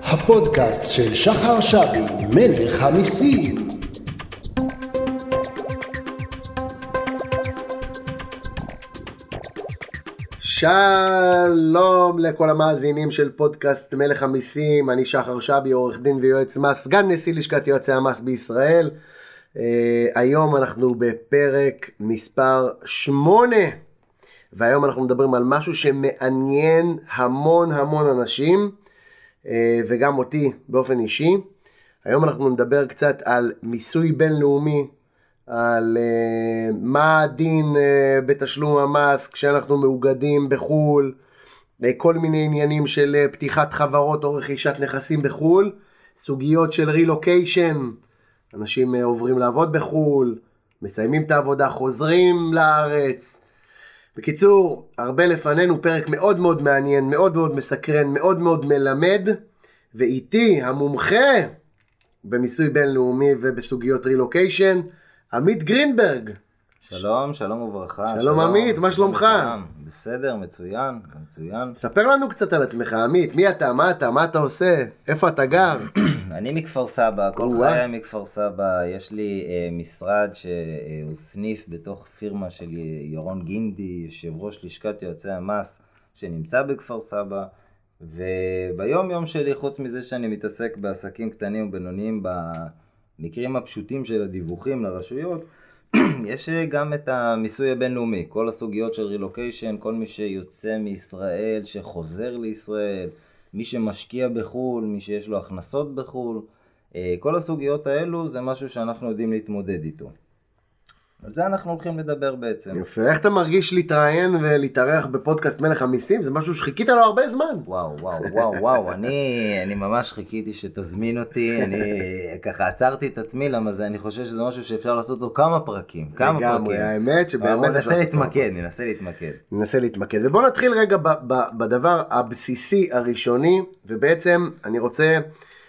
הפודקאסט של שחר שבי, מלך המיסים. שלום לכל המאזינים של פודקאסט מלך המיסים, אני שחר שבי, עורך דין ויועץ מס, סגן נשיא לשכת יועצי המס בישראל. היום אנחנו בפרק מספר 8, והיום אנחנו מדברים על משהו שמעניין המון אנשים, וגם אותי באופן אישי. היום אנחנו נדבר קצת על מיסוי בינלאומי, על מה הדין בתשלום המס כשאנחנו מאוגדים בחול, כל מיני עניינים של פתיחת חברות או רכישת נכסים בחול, סוגיות של רילוקיישן, אנשים עוברים לעבוד בחול, מסיימים את העבודה, חוזרים לארץ. בקיצור, הרבה לפנינו, פרק מאוד מעניין, מאוד מסקרן, מאוד מלמד, ואיתי המומחה במיסוי בינלאומי ובסוגיות רילוקיישן, עמית גרינברג. שלום וברכה. שלום עמית, מה שלומך? בסדר, מצוין. ספר לנו קצת על עצמך עמית, מי אתה, מה אתה עושה, איפה אתה גר? אני מכפר סבא, כל חיי מכפר סבא. יש לי משרד שהוא סניף בתוך פירמה של ירון גינדי, יושב ראש לשכת יועצי המס שנמצא בכפר סבא, וביום יום שלי, חוץ מזה שאני מתעסק בעסקים קטנים ובינוניים במקרים הפשוטים של הדיווחים לרשויות, יש גם את המיסוי הבינלאומי, כל הסוגיות של רילוקיישן, כל מי שיוצא מישראל, שחוזר לישראל, מי שמשקיע בחול, מי שיש לו הכנסות בחול, כל הסוגיות האלו זה משהו שאנחנו יודעים להתמודד איתו. על זה אנחנו הולכים לדבר בעצם. יפה, איך אתה מרגיש להתראיין ולהתארח בפודקאסט מלך המיסים? זה משהו שחיכית לו הרבה זמן. וואו, אני ממש חיכיתי שתזמין אותי, אני ככה עצרתי את עצמי, למה זה, אני חושב שזה משהו שאפשר לעשות לו כמה פרקים. לגמרי, האמת שבאמת ננסה להתמקד. ובוא נתחיל רגע בדבר הבסיסי הראשוני, ובעצם אני רוצה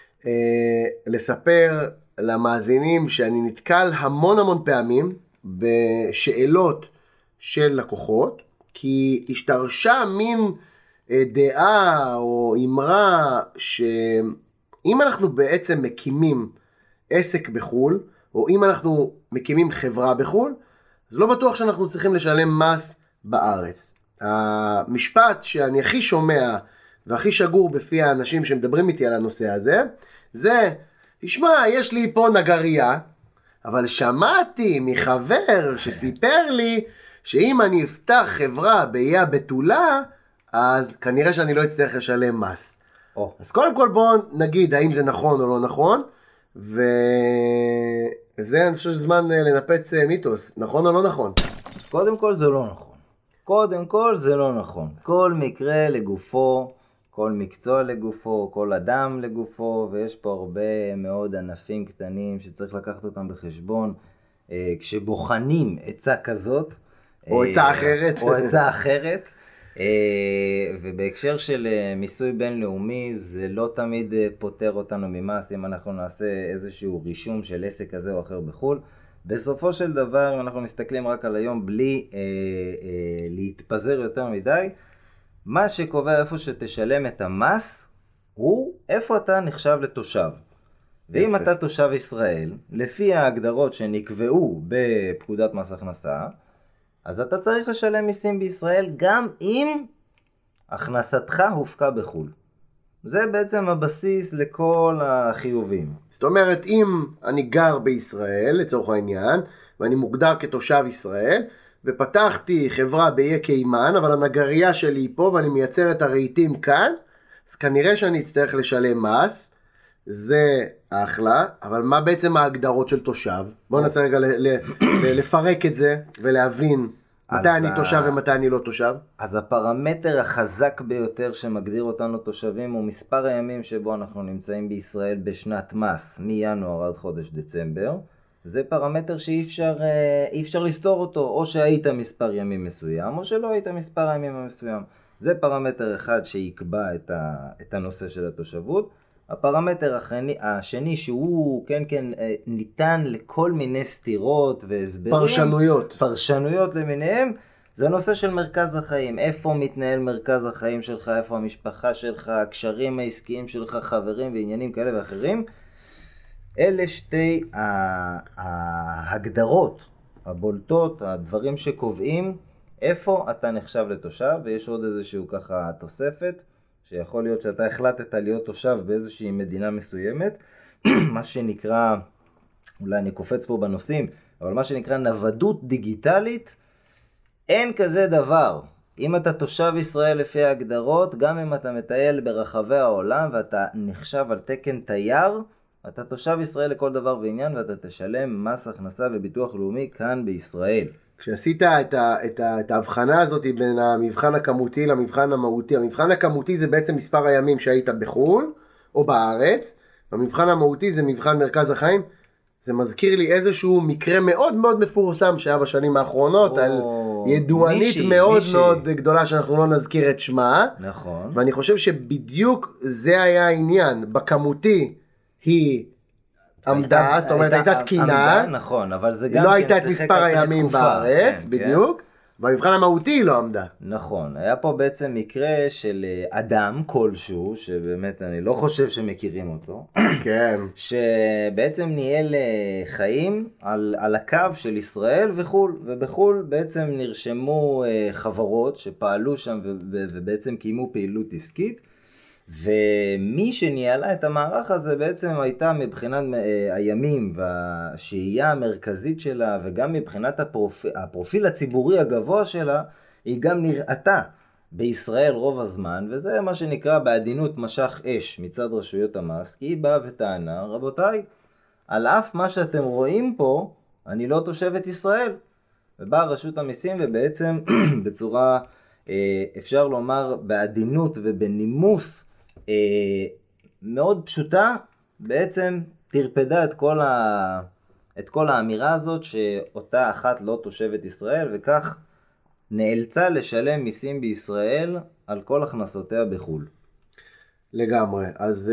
לספר למאזינים שאני נתקל המון פעמים בשאלות של לקוחות, כי השתרשה מין דעה או אמרה שאם אנחנו בעצם מקימים עסק בחול, או אם אנחנו מקימים חברה בחול, אז לא בטוח שאנחנו צריכים לשלם מס בארץ. המשפט שאני הכי שומע והכי שגור בפי האנשים שמדברים איתי על הנושא הזה, זה, תשמע, יש לי פה נגריה, אבל שמעתי מחבר שסיפר לי שאם אני אפתח חברה באיי הבתולה, אז כנראה שאני לא אצטרך לשלם מס. אז קודם כל בואו נגיד האם זה נכון או לא נכון, וזה אני חושב זמן לנפץ מיתוס, נכון או לא נכון? קודם כל זה לא נכון. כל מקרה לגופו, כל מקצוע לגופו, כל אדם לגופו, ויש פה הרבה מאוד ענפים קטנים שצריך לקחת אותם בחשבון, כשבוחנים עצה כזאת, או עצה אחרת, ובהקשר של מיסוי בינלאומי, זה לא תמיד פותר אותנו ממס אם אנחנו נעשה איזשהו רישום של עסק כזה או אחר בחול. בסופו של דבר, אם אנחנו מסתכלים רק על היום בלי להתפזר יותר מדי, מה שקובע איפה שתשלם את המס הוא איפה אתה נחשב לתושב. ואם אתה תושב ישראל, לפי ההגדרות שנקבעו בפקודת מס הכנסה, אז אתה צריך לשלם מיסים בישראל גם אם הכנסתך הופקה בחול. זה בעצם הבסיס לכל החיובים. זאת אומרת, אם אני גר בישראל, לצורך העניין, ואני מוגדר כתושב ישראל, ופתחתי חברה באיי קיימן, אבל הנגריה שלי היא פה ואני מייצר את הרהיטים כאן, אז כנראה שאני אצטרך לשלם מס, זה אחלה, אבל מה בעצם ההגדרות של תושב? בואו ננסה רגע לפרק את זה ולהבין מתי אני תושב ומתי אני לא תושב. אז הפרמטר החזק ביותר שמגדיר אותנו תושבים הוא מספר הימים שבו אנחנו נמצאים בישראל בשנת מס, מינואר עד חודש דצמבר. זה פרמטר שאי אפשר לסתור אותו, או שהיית מספר ימים מסוים, או שלא היית מספר הימים המסוים. זה פרמטר אחד שיקבע את הנושא של התושבות. הפרמטר השני שהוא ניתן לכל מיני סתירות והסברים. פרשנויות למיניהם, זה נושא של מרכז החיים, איפה מתנהל מרכז החיים שלך, איפה המשפחה שלך, הקשרים העסקיים שלך, חברים ועניינים כאלה ואחרים. אלה שתי ההגדרות הבולטות, הדברים שקובעים איפה אתה נחשב לתושב, ויש עוד איזשהו ככה תוספת, שיכול להיות שאתה החלטת להיות תושב באיזושהי מדינה מסוימת, מה שנקרא, אולי אני קופץ פה בנושאים, אבל מה שנקרא נוודות דיגיטלית, אין כזה דבר. אם אתה תושב ישראל לפי ההגדרות, גם אם אתה מטייל ברחבי העולם ואתה נחשב על תקן תייר, אתה תושב ישראל לכל דבר ועניין ואתה תשלם מס הכנסה וביטוח לאומי כאן בישראל. כשעשית את ההבחנה הזאת בין המבחן הכמותי למבחן המהותי, המבחן הכמותי זה בעצם מספר הימים שהיית בחו"ל או בארץ, והמבחן המהותי זה מבחן מרכז החיים. זה מזכיר לי איזשהו מקרה מאוד מאוד מפורסם שהיה בשנים האחרונות, על ידוענית מאוד מאוד גדולה שאנחנו לא נזכיר את שמה. נכון. ואני חושב שבדיוק זה היה העניין. בכמותי היא עמדה, זאת אומרת הייתה תקינה, נכון, אבל זה גם לא הייתה את מספר הימים בארץ, בדיוק. במבחן המהותי היא לא עמדה. נכון, היה פה בעצם מקרה של אדם כלשהו, שבאמת אני לא חושב שמכירים אותו, כן. שבעצם ניהל חיים על הקו של ישראל וחול, ובחול בעצם נרשמו חברות שפעלו שם ובעצם קיימו פעילות עסקית, ומי שניהלה את המערך הזה בעצם הייתה מבחינת הימים והשהייה המרכזית שלה, וגם מבחינת הפרופיל הציבורי הגבוה שלה, היא גם נראתה בישראל רוב הזמן, וזה מה שנקרא בעדינות משך אש מצד רשויות המס, כי היא באה וטענה, רבותיי, על אף מה שאתם רואים פה, אני לא תושבת ישראל. ובאה רשות המיסים ובעצם בצורה, אפשר לומר בעדינות ובנימוס, מאוד פשוטה, בעצם תרפדה את כל האמירה הזאת שאותה אחת לא תושבת ישראל, וכך נאלצה לשלם מיסים בישראל על כל הכנסותיה בחו"ל. לגמרי. אז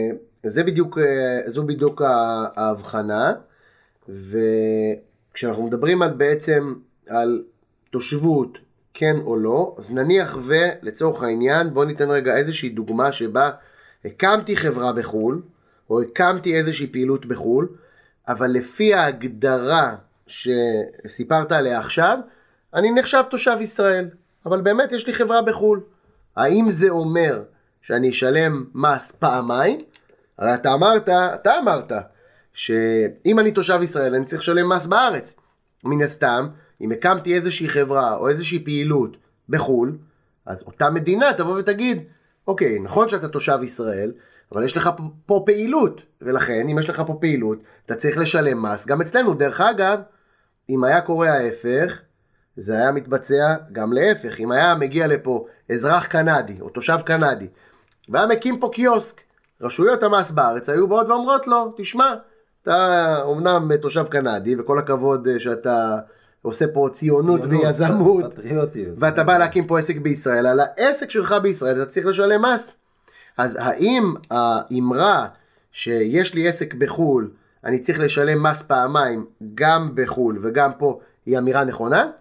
זו בדיוק ההבחנה, וכשאנחנו מדברים בעצם על תושבות כן או לא, אז נניח ולצורך העניין בוא ניתן רגע איזושהי דוגמה שבה הקמתי חברה בחול, או הקמתי איזושהי פעילות בחול, אבל לפי ההגדרה שסיפרת עליה עכשיו, אני נחשב תושב ישראל, אבל באמת יש לי חברה בחול. האם זה אומר שאני אשלם מס פעמיים? הרי אתה אמרת שאם אני תושב ישראל אני צריך לשלם מס בארץ. מן הסתם, אם הקמתי איזושהי חברה או איזושהי פעילות בחול, אז אותה מדינה תבוא ותגיד, אוקיי, נכון שאתה תושב ישראל, אבל יש לך פה פעילות, ולכן אם יש לך פה פעילות, אתה צריך לשלם מס. גם אצלנו, דרך אגב, אם היה קורה ההפך, זה היה מתבצע גם להפך. אם היה מגיע לפה אזרח קנדי או תושב קנדי, והיה מקים פה קיוסק, רשויות המס בארץ היו באות ואומרות לו, תשמע, אתה אומנם תושב קנדי, וכל הכבוד שאתה עושה פה ציונות ויזמות, ואתה בא להקים פה עסק בישראל, על העסק שלך בישראל אתה צריך לשלם מס. אז האם האמרה שיש לי עסק בחול, אני צריך לשלם מס פעמיים, גם בחול וגם פה, היא אמירה נכונה?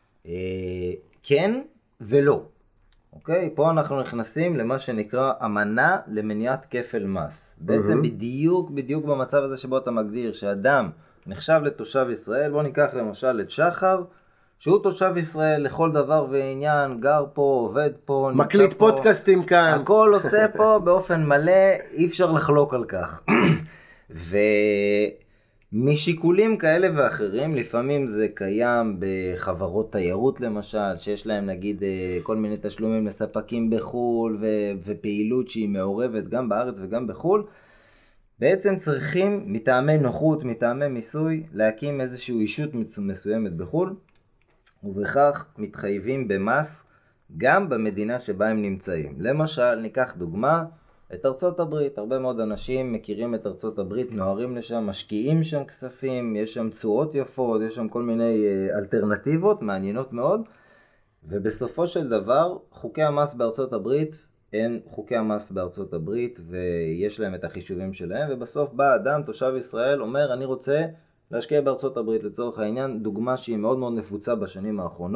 כן ולא. אוקיי, פה אנחנו נכנסים למה שנקרא אמנה למניעת כפל מס. בעצם בדיוק במצב הזה שבו אתה מגדיר שאדם נחשב לתושב ישראל, בוא ניקח למשל את שחר, שהוא תושב ישראל לכל דבר ועניין, גר פה, עובד פה, מקליט פודקאסטים כאן. הכל עושה פה באופן מלא, אי אפשר לחלוק על כך. ומשיקולים כאלה ואחרים, לפעמים זה קיים בחברות תיירות למשל, שיש להם נגיד כל מיני תשלומים לספקים בחול, ופעילות שהיא מעורבת גם בארץ וגם בחול, בעצם צריכים מטעמי נוחות, מטעמי מיסוי, להקים איזושהי אישות מסוימת בחול, ובכך מתחייבים במס גם במדינה שבה הם נמצאים. למשל, ניקח דוגמה, את ארצות הברית. הרבה מאוד אנשים מכירים את ארצות הברית, נוהרים לשם, משקיעים שם כספים, יש שם תשואות יפות, יש שם כל מיני אלטרנטיבות מעניינות מאוד, ובסופו של דבר, חוקי המס בארצות הברית הם חוקי המס בארצות הברית, ויש להם את החישובים שלהם, ובסוף בא אדם, תושב ישראל, אומר, אני רוצה להשקיע בארצות הברית. לצורך העניין, דוגמה שהיא מאוד מאוד נפוצה בשנים האחרונות,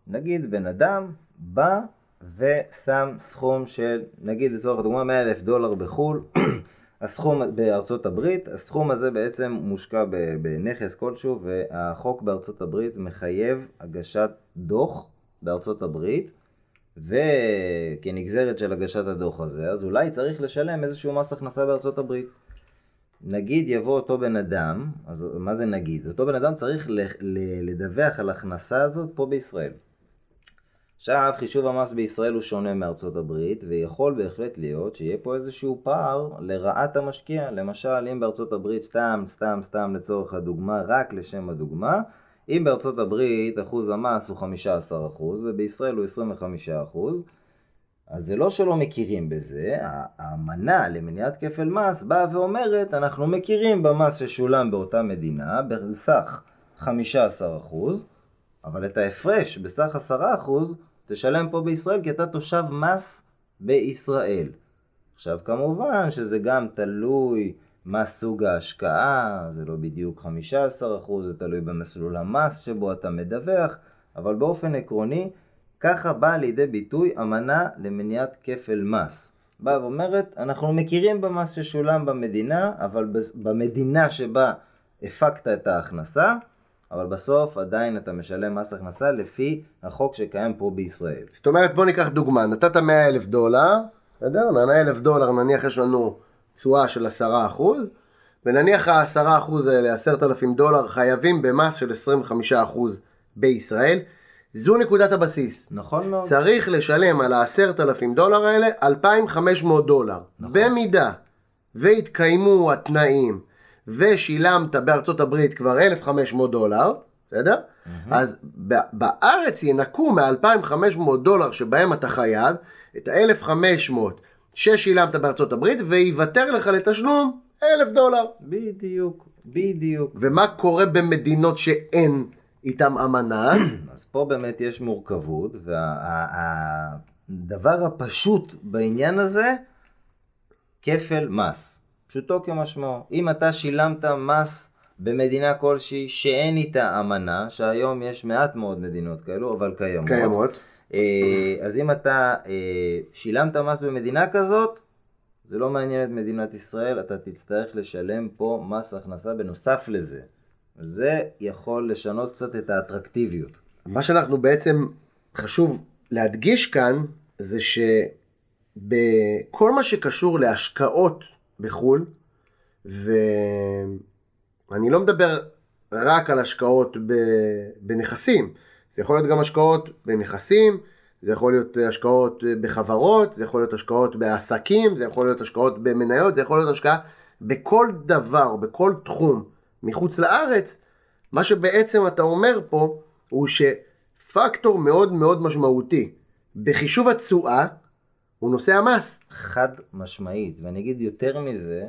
נגיד בן אדם בא ושם סכום של, נגיד לצורך הדוגמה $100,000 בחול, הסכום בארצות הברית, הסכום הזה בעצם מושקע בנכס כלשהו, והחוק בארצות הברית מחייב הגשת דוח בארצות הברית, וכנגזרת של הגשת הדוח הזה, אז אולי צריך לשלם איזשהו מס הכנסה בארצות הברית. נגיד יבוא אותו בן אדם, אז מה זה נגיד? אותו בן אדם צריך לדווח על הכנסה הזאת פה בישראל. עכשיו, חישוב המס בישראל הוא שונה מארצות הברית, ויכול בהחלט להיות שיהיה פה איזשהו פער לרעת המשקיע. למשל, אם בארצות הברית, סתם לצורך הדוגמה, רק לשם הדוגמה, אם בארצות הברית אחוז המס הוא 15% ובישראל הוא 25%, אז זה לא שלא מכירים בזה, האמנה למניעת כפל מס באה ואומרת, אנחנו מכירים במס ששולם באותה מדינה בסך 15%, אבל את ההפרש בסך 10% תשלם פה בישראל, כי אתה תושב מס בישראל. עכשיו כמובן שזה גם תלוי מה סוג ההשקעה, זה לא בדיוק 15%, זה תלוי במסלול המס שבו אתה מדווח, אבל באופן עקרוני, ככה באה לידי ביטוי אמנה למניעת כפל מס. באה ואומרת, אנחנו מכירים במס ששולם במדינה, אבל במדינה שבה הפקת את ההכנסה, אבל בסוף עדיין אתה משלם מס הכנסה לפי החוק שקיים פה בישראל. זאת אומרת, בוא ניקח דוגמה, נתת $100,000, $100,000 נניח יש לנו תשואה של 10%, ונניח ה-10% האלה, $10,000 חייבים במס של 25% בישראל, זו נקודת הבסיס. נכון מאוד. צריך לשלם על $10,000 האלה $2,500. נכון. במידה והתקיימו התנאים ושילמת בארצות הברית כבר $1,500, בסדר? אז בארץ ינקו $2,500 שבהם אתה חייב את $1,500 ששילמת בארצות הברית, ויוותר לך לתשלום $1,000. בדיוק. ומה קורה במדינות שאין איתם אמנה? אז פה באמת יש מורכבות, והדבר הפשוט בעניין הזה, כפל מס. פשוטו כמשמעו. אם אתה שילמת מס במדינה כלשהי שאין איתה אמנה, שהיום יש מעט מאוד מדינות כאלו, אבל קיימות. אז אם אתה שילמת מס במדינה כזאת, זה לא מעניין את מדינת ישראל, אתה תצטרך לשלם פה מס הכנסה בנוסף לזה. זה יכול לשנות קצת את האטרקטיביות. מה שאנחנו בעצם חשוב להדגיש כאן, זה שבכל מה שקשור להשקעות בחול, ואני לא מדבר רק על השקעות בנכסים, זה יכול להיות גם השקעות בנכסים, זה יכול להיות השקעות בחברות, זה יכול להיות השקעות בעסקים, זה יכול להיות השקעות במניות, זה יכול להיות השקעה בכל דבר, בכל תחום מחוץ לארץ. מה שבעצם אתה אומר פה הוא שפקטור מאוד מאוד משמעותי בחישוב התשואה הוא נושא המס. חד משמעית, ואני אגיד יותר מזה,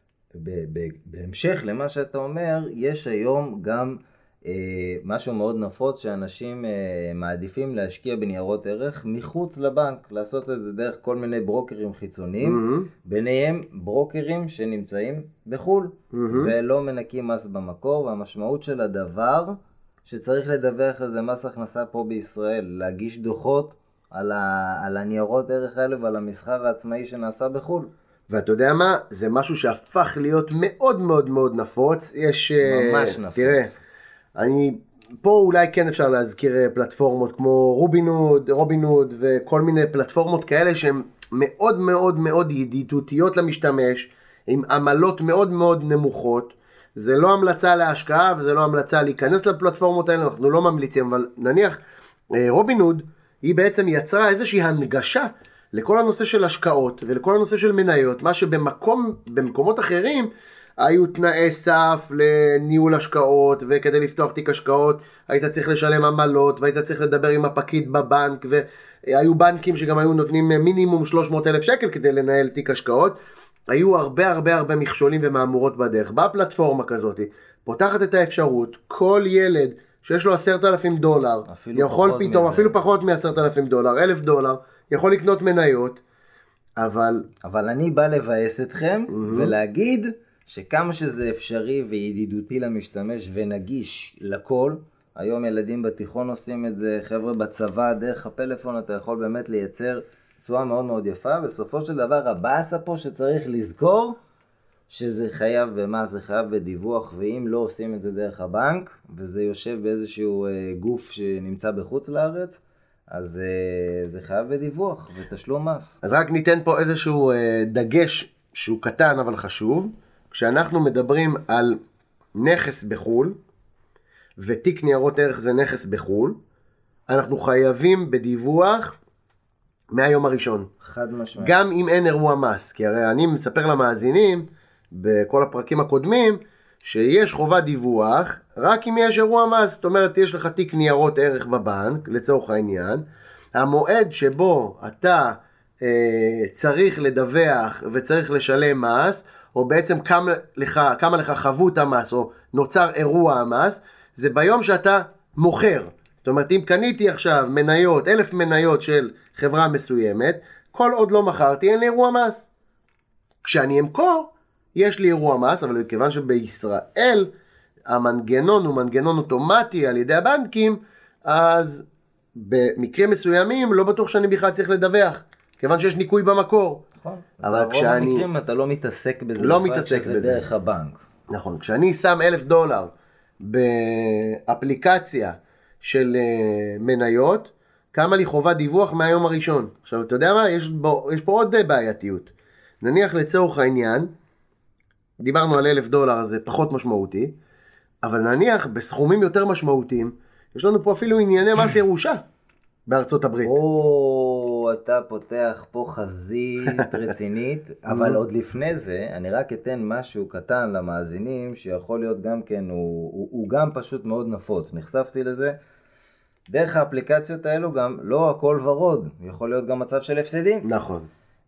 בהמשך למה שאתה אומר, יש היום גם משהו מאוד נפוץ שאנשים מעדיפים להשקיע בניירות ערך מחוץ לבנק, לעשות את זה דרך כל מיני ברוקרים חיצוניים, ביניהם ברוקרים שנמצאים בחול, ולא מנקים מס במקור, והמשמעות של הדבר שצריך לדווח על זה מס הכנסה פה בישראל, להגיש דוחות על הניירות ערך האלה ועל המסחר העצמאי שנעשה בחול. ואתה יודע מה? זה משהו שהפך להיות מאוד מאוד מאוד נפוץ. יש ממש נפוץ. תראה, פה אולי כן אפשר להזכיר פלטפורמות כמו רובינהוד וכל מיני פלטפורמות כאלה שהן מאוד מאוד מאוד ידידותיות למשתמש, עם עמלות מאוד מאוד נמוכות. זה לא המלצה להשקעה וזה לא המלצה להיכנס לפלטפורמות האלה, אנחנו לא ממליצים, אבל נניח רובינהוד היא בעצם יצרה איזושהי הנגשה לכל הנושא של השקעות ולכל הנושא של מניות, מה שבמקומות אחרים היו תנאי סף לניהול השקעות, וכדי לפתוח תיק השקעות היית צריך לשלם עמלות, והיית צריך לדבר עם הפקיד בבנק, והיו בנקים שגם היו נותנים מינימום 300,000 שקל כדי לנהל תיק השקעות. היו הרבה מכשולים ומאמורות בדרך. באה פלטפורמה כזאת, פותחת את האפשרות, כל ילד שיש לו $10,000, יכול פתאום, אפילו פחות $10,000, $1,000, יכול לקנות מניות, אבל אני בא לבאס אתכם ולהגיד שכמה שזה אפשרי וידידותי למשתמש ונגיש לכל, היום ילדים בתיכון עושים את זה, חבר'ה בצבא, דרך הפלאפון אתה יכול באמת לייצר תשואה מאוד מאוד יפה, בסופו של דבר הבאסה פה שצריך לזכור שזה חייב במס, זה חייב בדיווח, ואם לא עושים את זה דרך הבנק, וזה יושב באיזשהו גוף שנמצא בחוץ לארץ, אז זה חייב בדיווח ותשלום מס. אז רק ניתן פה איזשהו דגש שהוא קטן אבל חשוב. כשאנחנו מדברים על נכס בחול, ותיק ניירות ערך זה נכס בחול, אנחנו חייבים בדיווח מהיום הראשון. חד משמעית. גם אם אין אירוע מס, כי הרי אני מספר למאזינים בכל הפרקים הקודמים, שיש חובה דיווח רק אם יש אירוע מס. זאת אומרת, יש לך תיק ניירות ערך בבנק, לצורך העניין, המועד שבו אתה צריך לדווח וצריך לשלם מס, או בעצם כמה לך חבות המס, או נוצר אירוע המס, זה ביום שאתה מוכר. זאת אומרת, אם קניתי עכשיו מניות, 1,000 מניות של חברה מסוימת, כל עוד לא מכרתי, אין לי אירוע מס. כשאני אמכור, יש לי אירוע מס, אבל מכיוון שבישראל המנגנון הוא מנגנון אוטומטי על ידי הבנקים, אז במקרים מסוימים לא בטוח שאני בכלל צריך לדווח, כיוון שיש ניקוי במקור. נכון. אבל כשאני... ברוב המקרים אתה לא מתעסק בזה. לא מתעסק בזה. דרך הבנק. נכון. כשאני שם $1,000 באפליקציה של מניות, כמה לי חובה דיווח מהיום הראשון. עכשיו, אתה יודע מה? יש פה עוד בעייתיות. נניח לצורך העניין, דיברנו על $1,000, זה פחות משמעותי, אבל נניח בסכומים יותר משמעותיים, יש לנו פה אפילו ענייני מס ירושה בארצות הברית. אתה פותח פה חזית רצינית, אבל עוד לפני זה, אני רק אתן משהו קטן למאזינים, שיכול להיות גם כן, הוא גם פשוט מאוד נפוץ. נחשפתי לזה. דרך האפליקציות האלו גם לא הכל ורוד, יכול להיות גם מצב של הפסדים. נכון.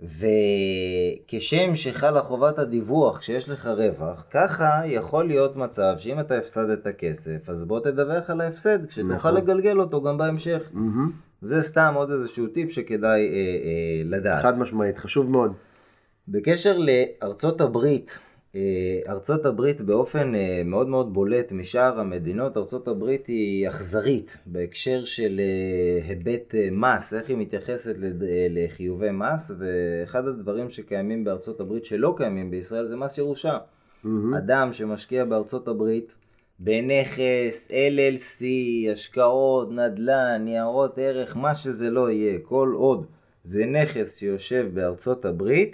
וכשם שחלה חובת הדיווח כשיש לך רווח, ככה יכול להיות מצב שאם אתה הפסדת כסף, אז בוא תדווח על ההפסד, כשתוכל לגלגל אותו גם בהמשך. זה סתם עוד איזשהו טיפ שכדאי לדעת. חד משמעית, חשוב מאוד. בקשר לארצות הברית, ארצות הברית באופן מאוד מאוד בולט משאר המדינות, ארצות הברית היא אכזרית בהקשר של היבט מס, איך היא מתייחסת לחיובי מס, ואחד הדברים שקיימים בארצות הברית שלא קיימים בישראל זה מס ירושה. אדם שמשקיע בארצות הברית בנכס, LLC, השקעות, נדל"ן, ניירות ערך, מה שזה לא יהיה, כל עוד זה נכס שיושב בארצות הברית,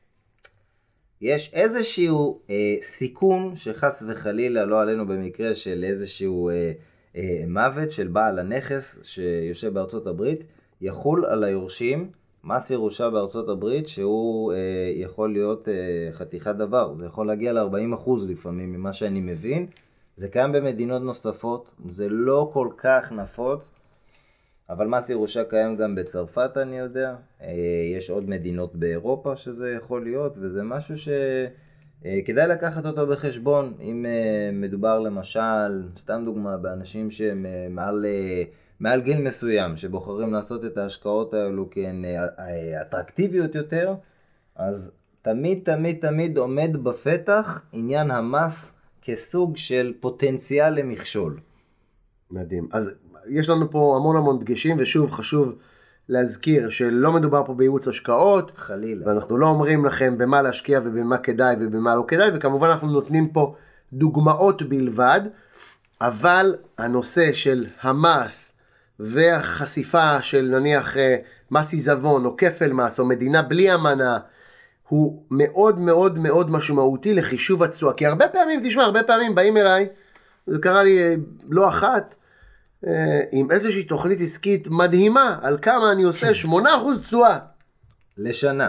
יש איזשהו סיכון שחס וחלילה, לא עלינו במקרה של איזשהו מוות של בעל הנכס שיושב בארצות הברית, יחול על היורשים מס ירושה בארצות הברית שהוא יכול להיות חתיכת דבר. זה יכול להגיע ל-40% לפעמים ממה שאני מבין. זה קיים במדינות נוספות, זה לא כל כך נפוץ, אבל מס ירושה קיים גם בצרפת אני יודע, יש עוד מדינות באירופה שזה יכול להיות, וזה משהו שכדאי לקחת אותו בחשבון, אם מדובר למשל, סתם דוגמה, באנשים שהם מעל גיל מסוים, שבוחרים לעשות את ההשקעות האלו כי הן אטרקטיביות יותר, אז תמיד עומד בפתח עניין המס כסוג של פוטנציאל למכשול. מדהים. אז יש לנו פה המון דגשים, ושוב חשוב להזכיר שלא מדובר פה בייעוץ השקעות, חלילה. ואנחנו לא אומרים לכם במה להשקיע ובמה כדאי ובמה לא כדאי, וכמובן אנחנו נותנים פה דוגמאות בלבד, אבל הנושא של המס והחשיפה של נניח מס עיזבון או כפל מס או מדינה בלי אמנה, הוא מאוד משמעותי לחישוב התשואה. כי הרבה פעמים באים אליי, זה קרה לי לא אחת, עם איזושהי תוכנית עסקית מדהימה, על כמה אני עושה 8% תשואה. לשנה.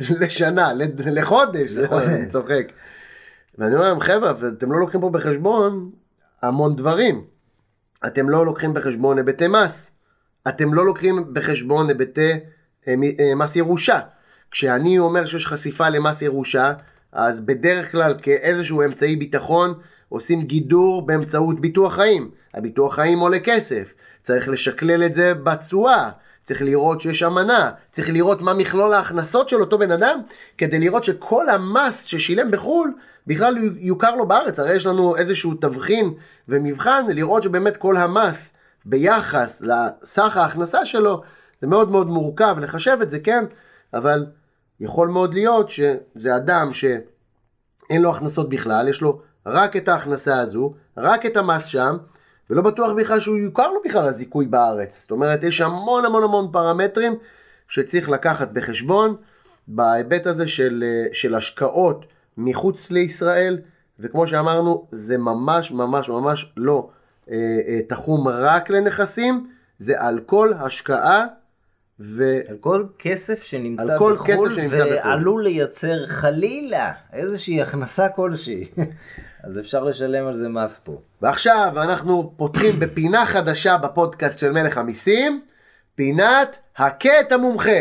לחודש, אני צוחק. ואני אומר להם, חבר'ה, אתם לא לוקחים פה בחשבון המון דברים. אתם לא לוקחים בחשבון היבטי מס. אתם לא לוקחים בחשבון היבטי מס ירושה. כשאני אומר שיש חשיפה למס ירושה, אז בדרך כלל כאיזשהו אמצעי ביטחון, עושים גידור באמצעות ביטוח חיים. הביטוח חיים עולה כסף, צריך לשקלל את זה בתשואה, צריך לראות שיש אמנה, צריך לראות מה מכלול ההכנסות של אותו בן אדם, כדי לראות שכל המס ששילם בחול, בכלל יוכר לו בארץ. הרי יש לנו איזשהו תבחין ומבחן, לראות שבאמת כל המס ביחס לסך ההכנסה שלו, זה מאוד מאוד מורכב לחשב את זה, כן? אבל יכול מאוד להיות שזה אדם שאין לו הכנסות בכלל, יש לו רק את ההכנסה הזו, רק את המס שם, ולא בטוח בכלל שהוא יוכר לו בכלל הזיכוי בארץ. זאת אומרת, יש המון המון המון פרמטרים שצריך לקחת בחשבון בהיבט הזה של השקעות מחוץ לישראל, וכמו שאמרנו, זה ממש ממש ממש לא תחום רק לנכסים, זה על כל השקעה על כל כסף שנמצא בחול ועלול לייצר חלילה איזושהי הכנסה כלשהי. אז אפשר לשלם על זה מס פה. ועכשיו אנחנו פותחים בפינה חדשה בפודקאסט של מלך המיסים, פינת הכה את המומחה.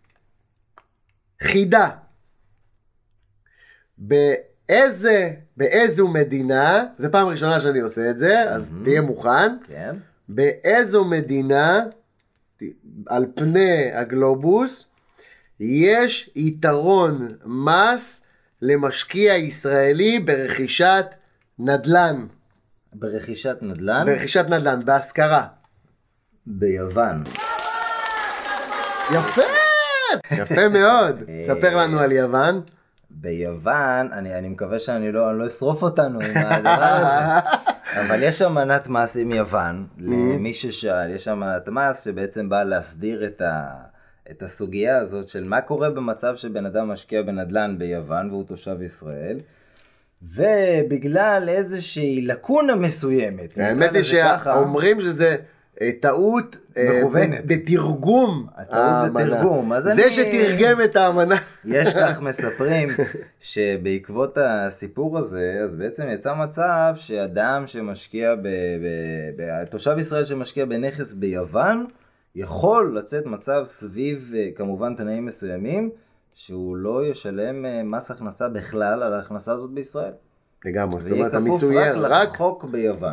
חידה. באיזו מדינה, זה פעם ראשונה שאני עושה את זה, אז תהיה מוכן. כן. באיזו מדינה על פני הגלובוס יש יתרון מס למשקיע ישראלי ברכישת נדל"ן? ברכישת נדל"ן? ברכישת נדל"ן, בהשכרה. ביוון. יפה! יפה מאוד. ספר לנו על יוון. ביוון, אני מקווה שאני לא אשרוף אותנו עם הדבר הזה. אבל יש אמנת מס עם יוון, למי ששאל, יש אמנת מס שבעצם באה להסדיר את הסוגיה הזאת של מה קורה במצב שבן אדם משקיע בנדל"ן ביוון והוא תושב ישראל, ובגלל איזושהי לקונה מסוימת. האמת היא שאומרים שזה טעות מכוונת. בתרגום האמנה. זה שתרגם את האמנה. יש כך מספרים שבעקבות הסיפור הזה, אז בעצם יצא מצב שאדם שמשקיע, תושב ישראל שמשקיע בנכס ביוון, יכול לצאת מצב סביב כמובן תנאים מסוימים, שהוא לא ישלם מס הכנסה בכלל על ההכנסה הזאת בישראל. לגמרי, זאת אומרת המיסוי יהיה רק לחוק ביוון.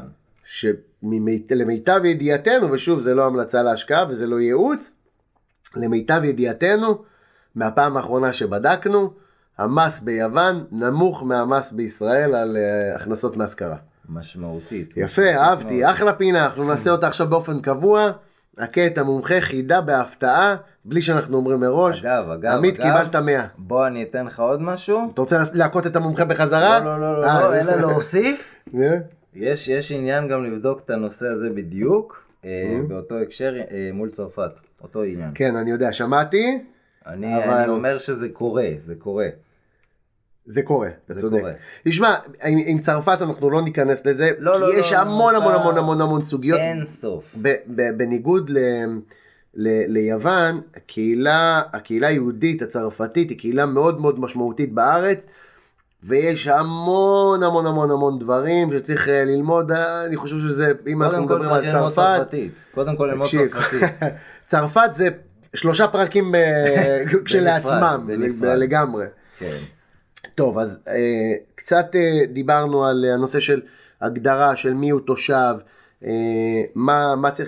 שלמיטב ידיעתנו, ושוב זה לא המלצה להשקעה וזה לא ייעוץ, למיטב ידיעתנו, מהפעם האחרונה שבדקנו, המס ביוון נמוך מהמס בישראל על הכנסות מהשכרה. משמעותית. יפה, אהבתי, אחלה פינה, אנחנו נעשה אותה עכשיו באופן קבוע, הכה את המומחה, חידה בהפתעה, בלי שאנחנו אומרים מראש. אגב, עמית, קיבלת 100. בוא אני אתן לך עוד משהו. אתה רוצה להכות את המומחה בחזרה? לא, אלא להוסיף. יש עניין גם לבדוק את הנושא הזה בדיוק, באותו הקשר מול צרפת, אותו עניין. כן, אני יודע, שמעתי. אני אומר שזה קורה, זה קורה. זה קורה, אתה צודק. תשמע, עם צרפת אנחנו לא ניכנס לזה, כי יש המון המון המון המון המון סוגיות. אין סוף. בניגוד ליוון, הקהילה היהודית הצרפתית היא קהילה מאוד מאוד משמעותית בארץ, ויש המון המון המון המון דברים שצריך ללמוד. אני חושב שזה, אם אנחנו מדברים על צרפת, קודם כל ללמוד צרפתית. צרפת זה 3 פרקים כשלעצמם, לגמרי. כן. טוב, אז קצת דיברנו על הנושא של הגדרה של מי הוא תושב, מה צריך,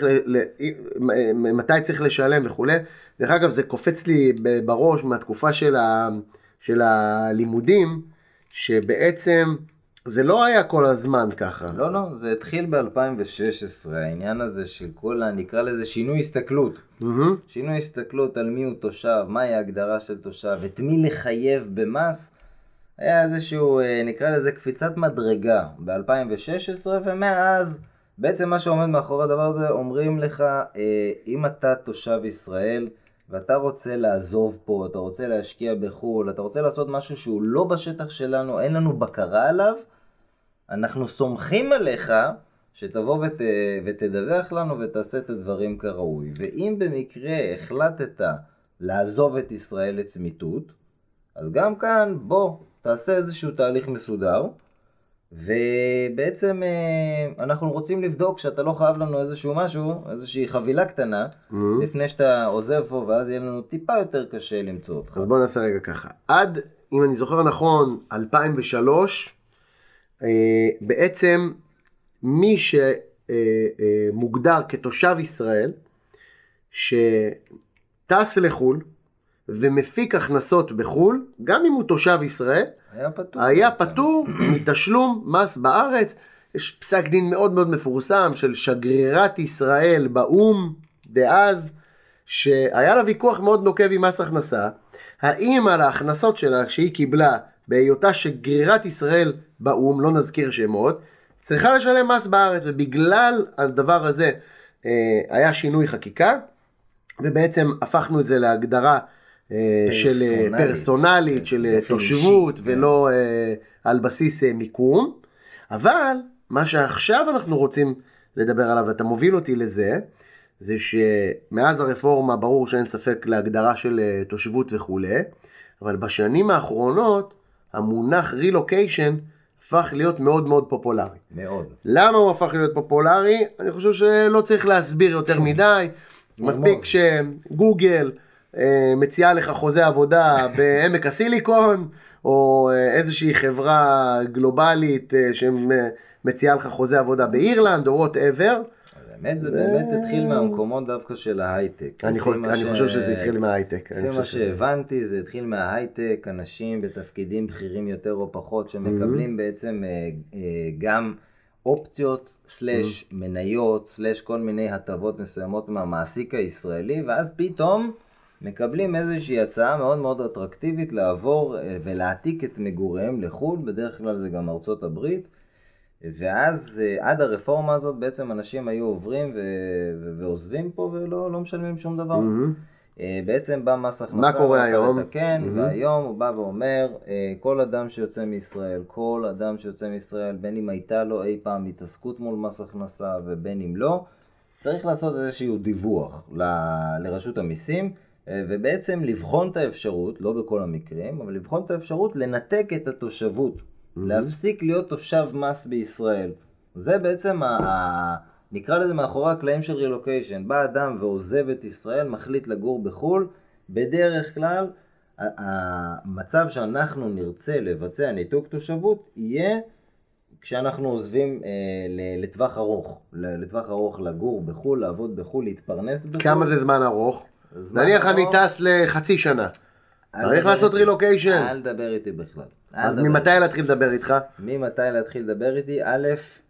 מתי צריך לשלם וכו'. דרך אגב, זה קופץ לי בראש מהתקופה של הלימודים, שבעצם זה לא היה כל הזמן ככה. לא, זה התחיל ב-2016, העניין הזה של כל, נקרא לזה שינוי הסתכלות. שינוי הסתכלות על מי הוא תושב, מהי ההגדרה של תושב, את מי לחייב במס. היה איזשהו, נקרא לזה קפיצת מדרגה ב-2016, ומאז בעצם מה שעומד מאחורי הדבר הזה, אומרים לך, אם אתה תושב ישראל, ואתה רוצה לעזוב פה, אתה רוצה להשקיע בחול, אתה רוצה לעשות משהו שהוא לא בשטח שלנו, אין לנו בקרה עליו, אנחנו סומכים עליך שתבוא ותדווח לנו ותעשה את הדברים כראוי. ואם במקרה החלטת לעזוב את ישראל לצמיתות, אז גם כאן בוא תעשה איזשהו תהליך מסודר, ובעצם אנחנו רוצים לבדוק שאתה לא חייב לנו איזשהו משהו, איזושהי חבילה קטנה, לפני שאתה עוזב פה, ואז יהיה לנו טיפה יותר קשה למצוא אותך. אז בוא נעשה רגע ככה. עד, אם אני זוכר נכון, 2003, בעצם מי שמוגדר כתושב ישראל, שטס לחול ומפיק הכנסות בחול, גם אם הוא תושב ישראל, היה פטור מתשלום מס בארץ. יש פסק דין מאוד מאוד מפורסם של שגרירת ישראל באום דאז, שהיה לה ויכוח מאוד נוקב עם מס הכנסה, האם על ההכנסות שלה שהיא קיבלה בהיותה שגרירת ישראל באום, לא נזכיר שמות, צריכה לשלם מס בארץ, ובגלל הדבר הזה היה שינוי חקיקה, ובעצם הפכנו את זה להגדרה של פרסונלית, של תושבות, ולא על בסיס מיקום. אבל מה שעכשיו אנחנו רוצים לדבר עליו, ואתה מוביל אותי לזה, זה שמאז הרפורמה ברור שאין ספק להגדרה של תושבות וכו', אבל בשנים האחרונות המונח רילוקיישן הפך להיות מאוד מאוד פופולרי. מאוד. למה הוא הפך להיות פופולרי? אני חושב שלא צריך להסביר יותר מדי. מספיק שגוגל מציעה לך חוזה עבודה בעמק הסיליקון, או איזושהי חברה גלובלית שמציעה לך חוזה עבודה באירלנד, או whatever. באמת זה באמת התחיל מהמקומות דווקא של ההייטק. אני חושב שזה התחיל מההייטק. לפי מה שהבנתי זה התחיל מההייטק, אנשים בתפקידים בכירים יותר או פחות שמקבלים בעצם גם אופציות סלש מניות סלש כל מיני הטבות מסוימות מהמעסיק הישראלי, ואז פתאום מקבלים איזושהי הצעה מאוד מאוד אטרקטיבית לעבור ולהעתיק את מגוריהם לחו"ל, בדרך כלל זה גם ארצות הברית. ואז עד הרפורמה הזאת בעצם אנשים היו עוברים ועוזבים פה ולא משלמים שום דבר. בעצם בא מס הכנסה, מה קורה היום? והיום הוא בא ואומר, כל אדם שיוצא מישראל, כל אדם שיוצא מישראל, בין אם הייתה לו אי פעם התעסקות מול מס הכנסה ובין אם לא, צריך לעשות איזשהו דיווח לרשות המיסים, ובעצם לבחון את האפשרות, לא בכל המקרים, אבל לבחון את האפשרות לנתק את התושבות. להפסיק להיות תושב מס בישראל. זה בעצם, נקרא לזה מאחורי הקלעים של רילוקיישן. בא אדם ועוזב את ישראל, מחליט לגור בחול. בדרך כלל, המצב שאנחנו נרצה לבצע ניתוק תושבות, יהיה כשאנחנו עוזבים לטווח ארוך. לטווח ארוך לגור בחול, לעבוד בחול, להתפרנס בחול. כמה זה זמן ארוך? נניח אני טס לחצי שנה. צריך לעשות רילוקיישן. אל תדבר איתי בכלל. אז ממתי להתחיל לדבר איתך? ממתי להתחיל לדבר איתי? א',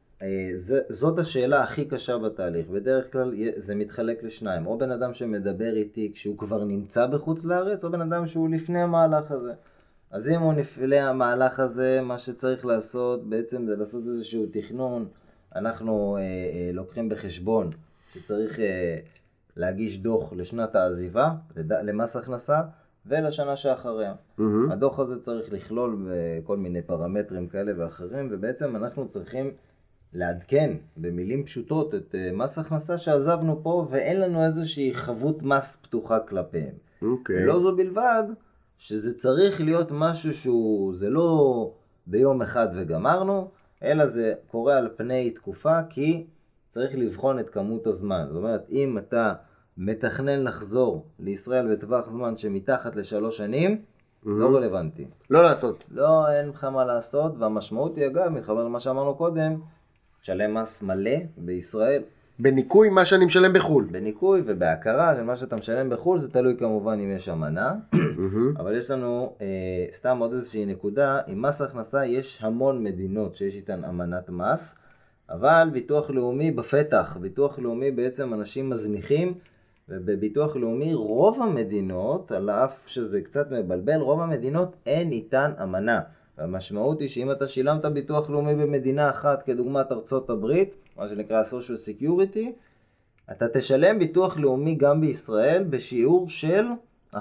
זאת השאלה הכי קשה בתהליך. בדרך כלל זה מתחלק לשניים. או בן אדם שמדבר איתי כשהוא כבר נמצא בחוץ לארץ, או בן אדם שהוא לפני המהלך הזה. אז אם הוא לפני המהלך הזה, מה שצריך לעשות בעצם זה לעשות איזשהו תכנון. אנחנו לוקחים בחשבון שצריך להגיש דוח לשנת העזיבה, למס הכנסה, ולשנה שאחריה. הדוח הזה צריך לכלול בכל מיני פרמטרים כאלה ואחרים, ובעצם אנחנו צריכים לעדכן במילים פשוטות את מס הכנסה שעזבנו פה, ואין לנו איזושהי חבות מס פתוחה כלפיהם. לא זו בלבד, שזה צריך להיות משהו זה לא ביום אחד וגמרנו, אלא זה קורה על פני תקופה, כי צריך לבחון את כמות הזמן. זאת אומרת, אם אתה מתכנן לחזור לישראל בטווח זמן שמתחת ל3 שנים, לא רלוונטי. לא לעשות. לא, אין לך מה לעשות, והמשמעות היא אגב, מתחבר למה שאמרנו קודם, תשלם מס מלא בישראל. בניקוי מה שאני משלם בחול. בניקוי ובהכרה של מה שאתה משלם בחול, זה תלוי כמובן אם יש אמנה, אבל יש לנו סתם עוד איזושהי נקודה, עם מס הכנסה יש המון מדינות שיש איתן אמנת מס, אבל ביטוח לאומי בפתח, ביטוח לאומי בעצם אנשים מזניחים, ובביטוח לאומי רוב המדינות, על אף שזה קצת מבלבל, רוב המדינות אין איתן אמנה. והמשמעות היא שאם אתה שילמת ביטוח לאומי במדינה אחת, כדוגמת ארצות הברית, מה שנקרא social security, אתה תשלם ביטוח לאומי גם בישראל בשיעור של 11%.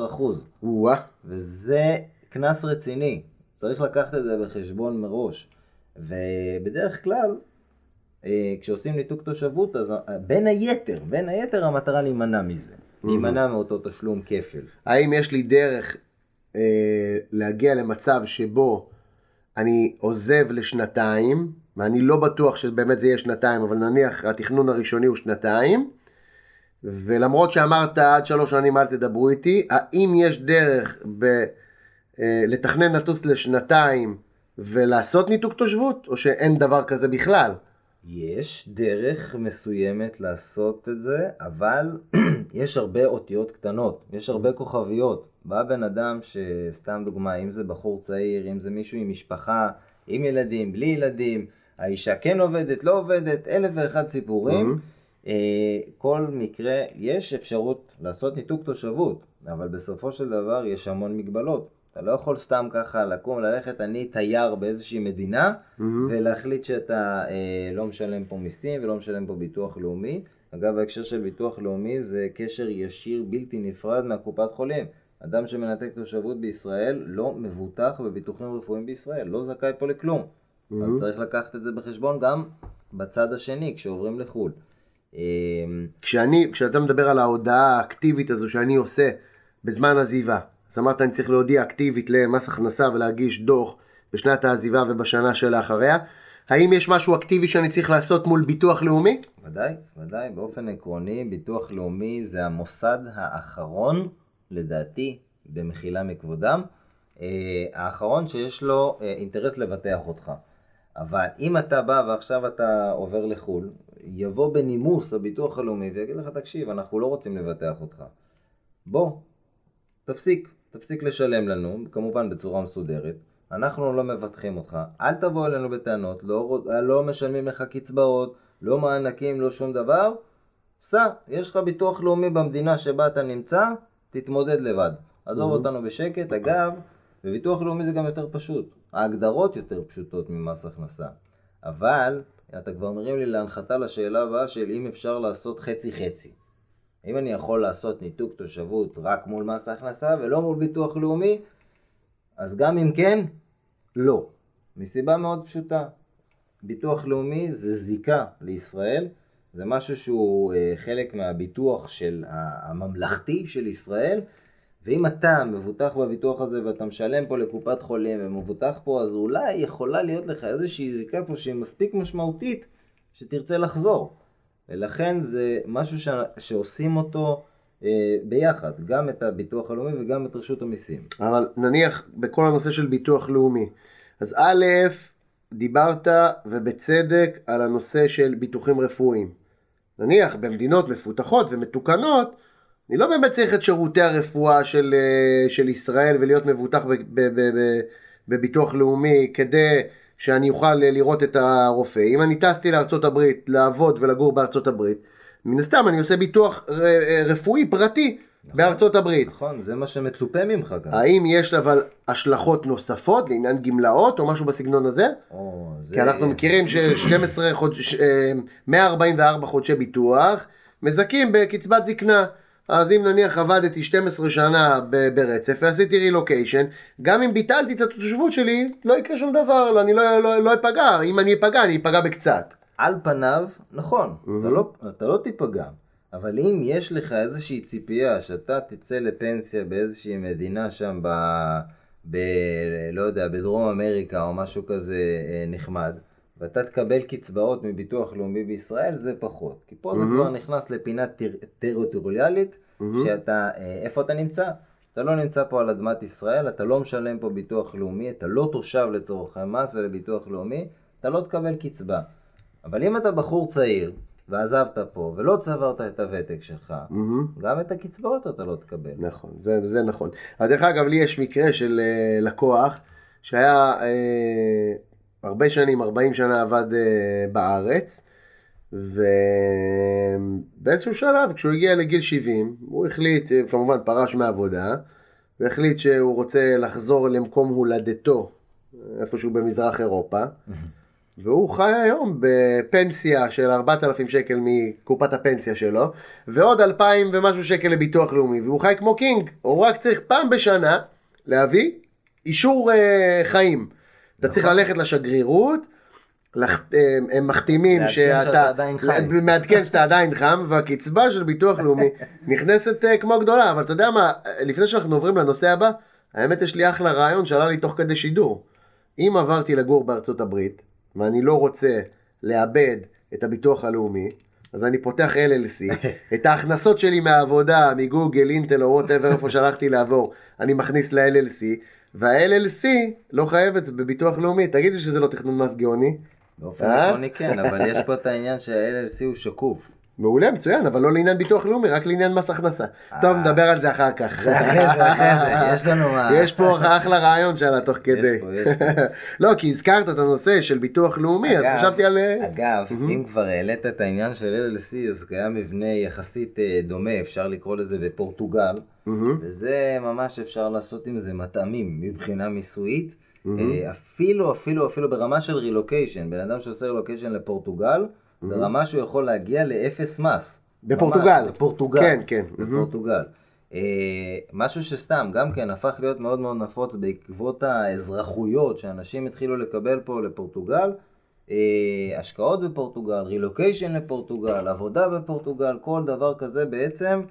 וזה כנס רציני, צריך לקחת את זה בחשבון מראש. ובדרך כלל, כשעושים ניתוק תושבות, אז בין היתר המטרה להימנע מזה. להימנע מאותו תשלום כפל. האם יש לי דרך להגיע למצב שבו אני עוזב לשנתיים, ואני לא בטוח שבאמת זה יהיה שנתיים, אבל נניח התכנון הראשוני הוא שנתיים, ולמרות שאמרת עד 3 שנים אל תדברו איתי, האם יש דרך לתכנן לטוס לשנתיים ולעשות ניתוק תושבות, או שאין דבר כזה בכלל? יש דרך מסוימת לעשות את זה, אבל יש הרבה אותיות קטנות, יש הרבה כוכביות. בא בן אדם שסתם דוגמה, אם זה בחור צעיר, אם זה מישהו עם משפחה, עם ילדים, בלי ילדים, האישה כן עובדת, לא עובדת, 1001 סיפורים. כל מקרה יש אפשרות לעשות ניתוק תושבות, אבל בסופו של דבר יש המון מגבלות. אתה לא יכול סתם ככה לקום, ללכת, אני תייר באיזושהי מדינה, ולהחליט שאתה לא משלם פה מיסים ולא משלם פה ביטוח לאומי. אגב, ההקשר של ביטוח לאומי זה קשר ישיר בלתי נפרד מהקופת חולים. אדם שמנתק תושבות בישראל לא מבוטח בביטוחים רפואיים בישראל, לא זכאי פה לכלום. אז צריך לקחת את זה בחשבון גם בצד השני, כשעוברים לחו"ל. כשאתה מדבר על ההודעה האקטיבית הזו שאני עושה בזמן עזיבה, אז אמרת אני צריך להודיע אקטיבית למס הכנסה ולהגיש דוח בשנת העזיבה ובשנה שלאחריה. האם יש משהו אקטיבי שאני צריך לעשות מול ביטוח לאומי? ודאי, ודאי. באופן עקרוני, ביטוח לאומי זה המוסד האחרון, לדעתי, במחילה מכבודם, האחרון שיש לו אינטרס לבטח אותך. אבל אם אתה בא ועכשיו אתה עובר לחו"ל, יבוא בנימוס הביטוח הלאומי ויגיד לך, תקשיב, אנחנו לא רוצים לבטח אותך. בוא, תפסיק לשלם לנו, כמובן בצורה מסודרת. אנחנו לא מבטחים אותך. אל תבוא אלינו בטענות, לא משלמים לך קצבאות, לא מענקים, לא שום דבר. יש לך ביטוח לאומי במדינה שבה אתה נמצא, תתמודד לבד. עזוב אותנו בשקט. אגב, בביטוח לאומי זה גם יותר פשוט. ההגדרות יותר פשוטות ממס הכנסה. אבל אתה כבר מרים לי להנחתה לשאלה הבאה של אם אפשר לעשות חצי-חצי. אם אני יכול לעשות ניתוק תושבות רק מול מס הכנסה ולא מול ביטוח לאומי, אז גם אם כן, לא. מסיבה מאוד פשוטה. ביטוח לאומי זה זיקה לישראל, זה משהו שהוא חלק מהביטוח של הממלכתי של ישראל, ואם אתה מבוטח בביטוח הזה ואתה משלם פה לקופת חולים ומבוטח פה, אז אולי יכולה להיות לך איזושהי זיקה פה שהיא מספיק משמעותית שתרצה לחזור. ולכן זה משהו שעושים אותו ביחד, גם את הביטוח הלאומי וגם את רשות המיסים. אבל נניח בכל הנושא של ביטוח לאומי, אז א', דיברת ובצדק על הנושא של ביטוחים רפואיים. נניח במדינות מפותחות ומתוקנות, אני לא באמת צריך את שירותי הרפואה של ישראל ולהיות מבוטח בביטוח לאומי כדי שאני אוכל לראות את הרופא. אם אני טסתי לארצות הברית לעבוד ולגור בארצות הברית, מן הסתם אני עושה ביטוח רפואי פרטי בארצות הברית. נכון, זה מה שמצופה ממך גם. האם יש אבל השלכות נוספות לעניין גמלאות או משהו בסגנון הזה? כי אנחנו מכירים ש144 חודשי ביטוח מזכים בקצבת זקנה. אז אם נניח עבדתי 12 שנה ברצף ועשיתי רילוקיישן, גם אם ביטלתי את התושבות שלי, לא יקרה שום דבר, אני לא אפגע. אם אני אפגע, אני אפגע בקצת. על פניו, נכון, אתה לא תיפגע. אבל אם יש לך איזושהי ציפייה שאתה תצא לפנסיה באיזושהי מדינה שם לא יודע, בדרום אמריקה או משהו כזה נחמד, ואתה תקבל קצבאות מביטוח לאומי בישראל, זה פחות. כי פה זה כבר נכנס לפינה טריטוריאלית, שאתה, איפה אתה נמצא? אתה לא נמצא פה על אדמת ישראל, אתה לא משלם פה ביטוח לאומי, אתה לא תושב לצורכי מס ולביטוח לאומי, אתה לא תקבל קצבה. אבל אם אתה בחור צעיר, ועזבת פה, ולא צברת את הוותק שלך, גם את הקצבאות אתה לא תקבל. נכון, זה נכון. אז דרך אגב, לי יש מקרה של לקוח, שהיה הרבה שנים, 40 שנה עבד בארץ, ובאיזשהו שלב, כשהוא הגיע לגיל 70, הוא החליט, כמובן פרש מהעבודה, והחליט שהוא רוצה לחזור למקום הולדתו, איפשהו במזרח אירופה, והוא חי היום בפנסיה של 4,000 שקל מקופת הפנסיה שלו, ועוד 2,000 ומשהו שקל לביטוח לאומי, והוא חי כמו קינג. הוא רק צריך פעם בשנה להביא אישור חיים. אתה צריך ללכת לשגרירות, הם מחתימים שאתה מעדכן שאתה עדיין חם, והקצבה של ביטוח לאומי נכנסת כמו גדולה. אבל אתה יודע מה, לפני שאנחנו עוברים לנושא הבא, האמת יש לי אחלה רעיון שעלה לי תוך כדי שידור. אם עברתי לגור בארצות הברית, ואני לא רוצה לאבד את הביטוח הלאומי, אז אני פותח LLC, את ההכנסות שלי מהעבודה, מגוגל, אינטל או whatever, איפה שלחתי לעבור, אני מכניס ל-LLC, וה-LLC לא חייבת בביטוח לאומי. תגיד לי שזה לא תכנון מס גאוני? באופן עקרוני כן, אבל יש פה את העניין שה-LLC הוא שקוף. מעולה, מצוין, אבל לא לעניין ביטוח לאומי, רק לעניין מס הכנסה. טוב, נדבר על זה אחר כך. אחרי זה, יש לנו מה... יש פה אחלה רעיון שלה תוך כדי. יש פה. לא, כי הזכרת את הנושא של ביטוח לאומי, אז חשבתי על... אגב, אם כבר העלית את העניין של LLC, אז קיים מבנה יחסית דומה, אפשר לקרוא לזה בפורטוגל, וזה ממש אפשר לעשות עם זה מטעמים מבחינה מיסויית, אפילו ברמה של רילוקיישן, בן אדם שעושה רילוקיישן לפורטוגל, ברמה שהוא יכול להגיע לאפס מס. בפורטוגל. בפורטוגל. כן, כן. בפורטוגל. משהו שסתם גם כן הפך להיות מאוד מאוד נפוץ בעקבות האזרחויות שאנשים התחילו לקבל פה לפורטוגל, השקעות בפורטוגל, רילוקיישן לפורטוגל, עבודה בפורטוגל, כל דבר כזה בעצם.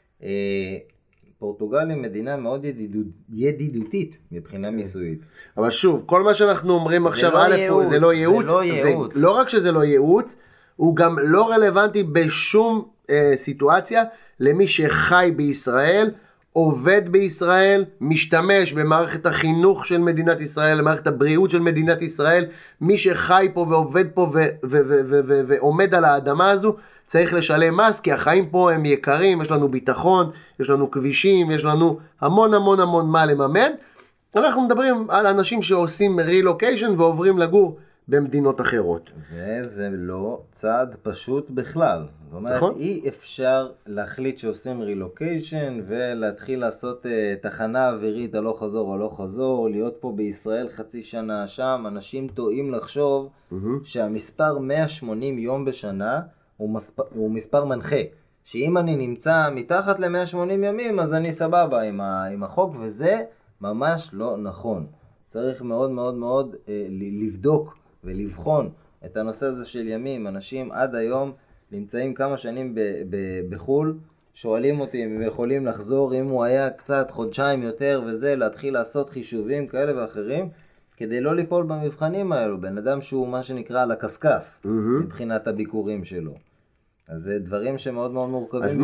פורטוגל היא מדינה מאוד ידידותית מבחינה מיסויית. אבל שוב, כל מה שאנחנו אומרים עכשיו, זה לא ייעוץ. לא רק שזה לא ייעוץ, הוא גם לא רלוונטי בשום סיטואציה למי שחי בישראל, עובד בישראל, משתמש במערכת החינוך של מדינת ישראל, למערכת הבריאות של מדינת ישראל, מי שחי פה ועובד פה ועומד על האדמה הזו, צריך לשלם מס, כי החיים פה הם יקרים, יש לנו ביטחון, יש לנו כבישים, יש לנו המון המון המון מה לממן. אנחנו מדברים על אנשים שעושים רילוקיישן ועוברים לגור במדינות אחרות. וזה לא צעד פשוט בכלל. זאת אומרת, נכון? אי אפשר להחליט שעושים רילוקיישן ולהתחיל לעשות תחנה אווירית הלוך חזור או הלוך חזור, להיות פה בישראל חצי שנה שם. אנשים טועים לחשוב שהמספר 180 יום בשנה הוא מספר מנחה. שאם אני נמצא מתחת ל-180 ימים, אז אני סבבה עם החוק, וזה ממש לא נכון. צריך מאוד מאוד מאוד לבדוק ולבחון את הנושא הזה של ימים. אנשים עד היום נמצאים כמה שנים בחול, שואלים אותי אם הם יכולים לחזור, אם הוא היה קצת חודשיים יותר וזה, להתחיל לעשות חישובים כאלה ואחרים, כדי לא ליפול במבחנים האלו. בן אדם שהוא מה שנקרא על הקסקס, מבחינת הביקורים שלו. אז זה דברים שמאוד מאוד מורכבים. אז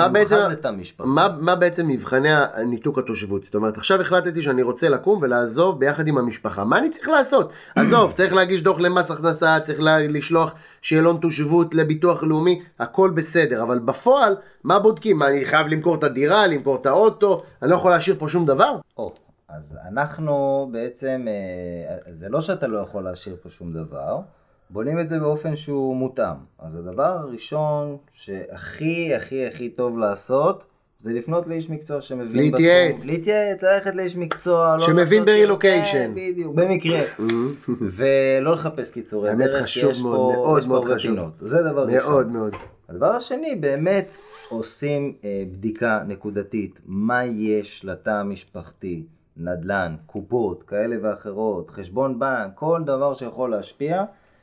מה בעצם מבחני ניתוק התושבות? זאת אומרת, עכשיו החלטתי שאני רוצה לקום ולעזוב ביחד עם המשפחה. מה אני צריך לעשות? עזוב, צריך להגיש דוח למס הכנסה, צריך לשלוח שאלון תושבות לביטוח לאומי, הכל בסדר. אבל בפועל, מה בודקים? אני חייב למכור את הדירה, למכור את האוטו, אני לא יכול להשאיר פה שום דבר? אז אנחנו בעצם, זה לא שאתה לא יכול להשאיר פה שום דבר, בונים את זה באופן שהוא מותאם. אז הדבר הראשון שהכי הכי הכי טוב לעשות, זה לפנות לאיש מקצוע שמבין להתייעץ, ללכת לאיש מקצוע. שמבין ברילוקיישן. בדיוק, במקרה. ולא לחפש קיצורי דרך. האמת חשוב מאוד, מאוד מאוד חשוב. זה דבר ראשון. מאוד מאוד. הדבר השני, באמת עושים בדיקה נקודתית. מה יש לתא המשפחתי? נדל"ן, קופות, כאלה ואחרות, חשבון בנק, כל דבר שיכול להשפיע.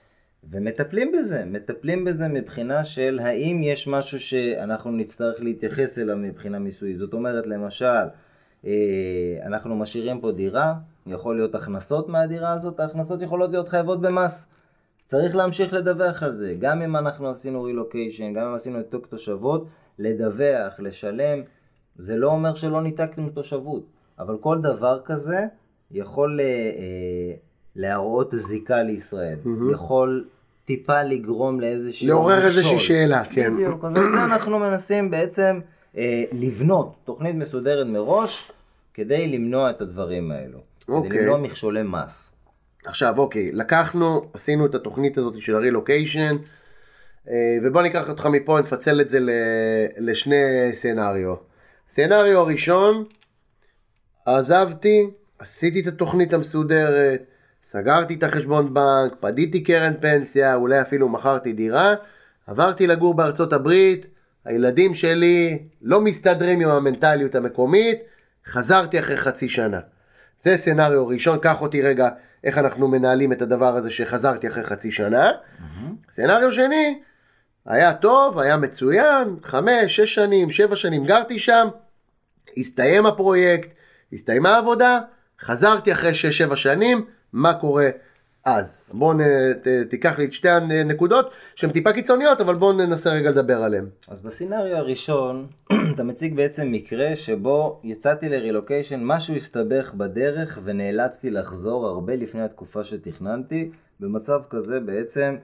ומטפלים בזה מבחינה של האם יש משהו שאנחנו נצטרך להתייחס אליו מבחינה מיסויית. זאת אומרת, למשל, אנחנו משאירים פה דירה, יכול להיות הכנסות מהדירה הזאת, ההכנסות יכולות להיות חייבות במס. צריך להמשיך לדווח על זה. גם אם אנחנו עשינו רילוקיישן, גם אם עשינו ניתוק תושבות, לדווח, לשלם, זה לא אומר שלא ניתקנו תושבות. אבל כל דבר כזה יכול להראות זיקה לישראל. יכול טיפה לגרום לאיזושהי... לעורר איזושהי שאלה, כן. בדיוק, אז על זה אנחנו מנסים בעצם לבנות תוכנית מסודרת מראש, כדי למנוע את הדברים האלו. כדי למנוע מכשולי מס. עכשיו, אוקיי, עשינו את התוכנית הזאת של הרילוקיישן, ובוא ניקח אותך מפה, נפצל את זה לשני סנריו. סנריו הראשון, עזבתי, עשיתי את התוכנית המסודרת, סגרתי את החשבון בנק, פדיתי קרן פנסיה, אולי אפילו מכרתי דירה, עברתי לגור בארצות הברית, הילדים שלי לא מסתדרים עם המנטליות המקומית, חזרתי אחרי חצי שנה. זה סנריו ראשון, קח אותי רגע איך אנחנו מנהלים את הדבר הזה שחזרתי אחרי חצי שנה. סנריו שני, היה טוב, היה מצוין, 5, 6 שנים, 7 שנים גרתי שם, הסתיים הפרויקט, הסתיימה העבודה, חזרתי אחרי 6-7 שנים, מה קורה אז? בואו תיקח לי את שתי הנקודות שהן טיפה קיצוניות, אבל בואו ננסה רגע לדבר עליהן. אז בסצנריו הראשון, אתה מציג בעצם מקרה שבו יצאתי לרילוקיישן, משהו הסתבך בדרך ונאלצתי לחזור הרבה לפני התקופה שתכננתי. במצב כזה בעצם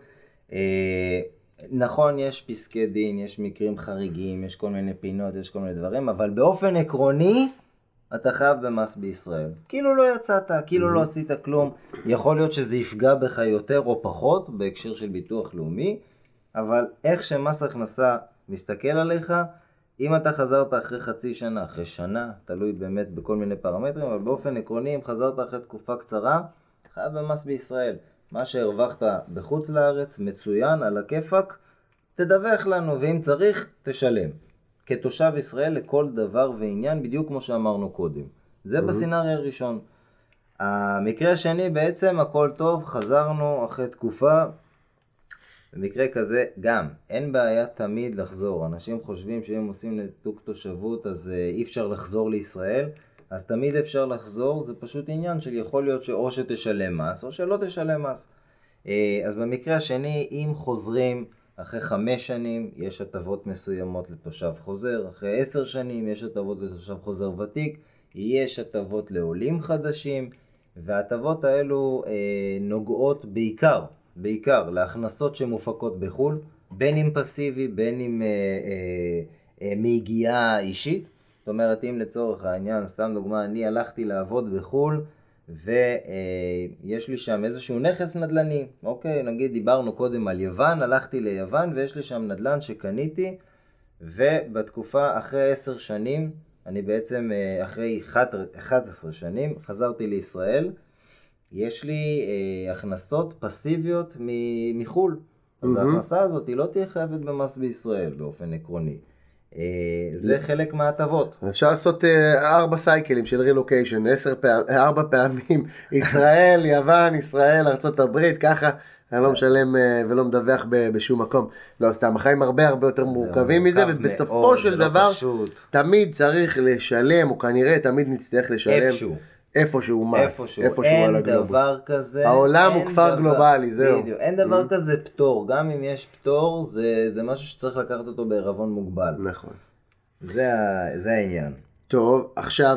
נכון, יש פסקי דין, יש מקרים חריגים, יש כל מיני פינות, יש כל מיני דברים, אבל באופן עקרוני, אתה חייב במס בישראל. כאילו לא יצאת, כאילו לא עשית כלום. יכול להיות שזה יפגע בך יותר או פחות בהקשר של ביטוח לאומי, אבל איך שמס הכנסה מסתכל עליך, אם אתה חזרת אחרי חצי שנה, אחרי שנה, תלוי באמת בכל מיני פרמטרים, אבל באופן עקרוני, אם חזרת אחרי תקופה קצרה, חייב במס בישראל. מה שהרווחת בחוץ לארץ, מצוין, על הכיפק, תדווח לנו, ואם צריך, תשלם. כתושב ישראל לכל דבר ועניין, בדיוק כמו שאמרנו קודם. זה בסצנריו הראשון. המקרה השני, בעצם הכל טוב, חזרנו אחרי תקופה. במקרה כזה, גם, אין בעיה תמיד לחזור. אנשים חושבים שאם עושים ניתוק תושבות, אז אי אפשר לחזור לישראל. אז תמיד אפשר לחזור, זה פשוט עניין של יכול להיות שאו שתשלם מס, או שלא תשלם מס. אז במקרה השני, אם חוזרים אחרי 5 שנים, יש הטבות מסוימות לתושב חוזר, אחרי 10 שנים יש הטבות לתושב חוזר ותיק, יש הטבות לעולים חדשים, וההטבות האלו נוגעות בעיקר להכנסות שמופקות בחול, בין אם פסיבי, בין אם מיגיעה אישית. זאת אומרת, אם לצורך העניין, סתם דוגמה, אני הלכתי לעבוד בחול, ויש לי שם איזשהו נכס נדל"ני. אוקיי, נגיד דיברנו קודם על יוון, הלכתי ליוון ויש לי שם נדל"ן שקניתי, ובתקופה אחרי 10 שנים, אני בעצם אחרי 11 שנים, חזרתי לישראל, יש לי הכנסות פסיביות מחול. אז ההכנסה הזאת היא לא תהיה חייבת במס בישראל באופן עקרוני. זה חלק מההטבות. אפשר לעשות 4 סייקלים של רילוקיישן, 4 פעמים, ישראל, יוון, ישראל, ארצות הברית, ככה אני לא משלם ולא מדווח בשום מקום. לא, סתם, החיים הרבה יותר מורכבים מזה, ובסופו של דבר תמיד צריך לשלם, או כנראה תמיד נצטרך לשלם איפשהו מס, איפשהו על הגלובוס. אין דבר כזה. העולם הוא כפר גלובלי, זהו. אין דבר כזה פטור, גם אם יש פטור, זה משהו שצריך לקחת אותו בערבון מוגבל. נכון. זה העניין. טוב, עכשיו,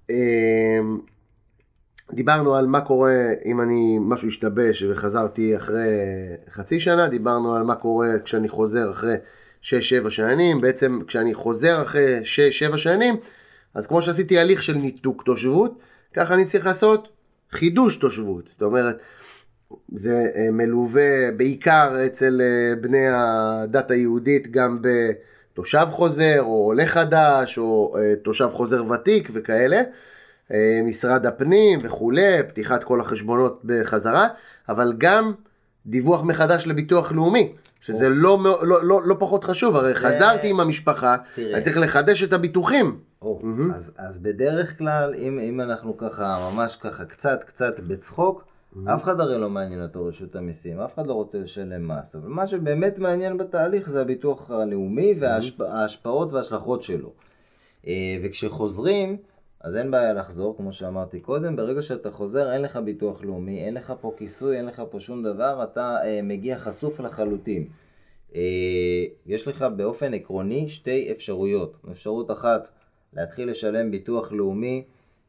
דיברנו על מה קורה אם משהו השתבש וחזרתי אחרי חצי שנה, דיברנו על מה קורה כשאני חוזר אחרי 6-7 שנים, בעצם כשאני חוזר אחרי 6-7 שנים, אז כמו שעשיתי הליך של ניתוק תושבות, ככה אני צריך לעשות חידוש תושבות. זאת אומרת, זה מלווה בעיקר אצל בני הדת היהודית גם בתושב חוזר או עולה חדש או תושב חוזר ותיק וכאלה, משרד הפנים וכולי, פתיחת כל החשבונות בחזרה, אבל גם דיווח מחדש לביטוח לאומי, שזה לא פחות חשוב, הרי חזרתי עם המשפחה, אני צריך לחדש את הביטוחים. אז בדרך כלל, אם אנחנו ככה, ממש ככה, קצת בצחוק, אף אחד הרי לא מעניין אותו רשות המיסים, אף אחד לא רוצה לשלם מס, אבל מה שבאמת מעניין בתהליך זה הביטוח הלאומי וההשפעות וההשלכות שלו. וכשחוזרים, אז אין בעיה לחזור, כמו שאמרתי קודם, ברגע שאתה חוזר אין לך ביטוח לאומי, אין לך פה כיסוי, אין לך פה שום דבר, אתה מגיע חשוף לחלוטין. יש לך באופן עקרוני 2 אפשרויות. אפשרות אחת, להתחיל לשלם ביטוח לאומי,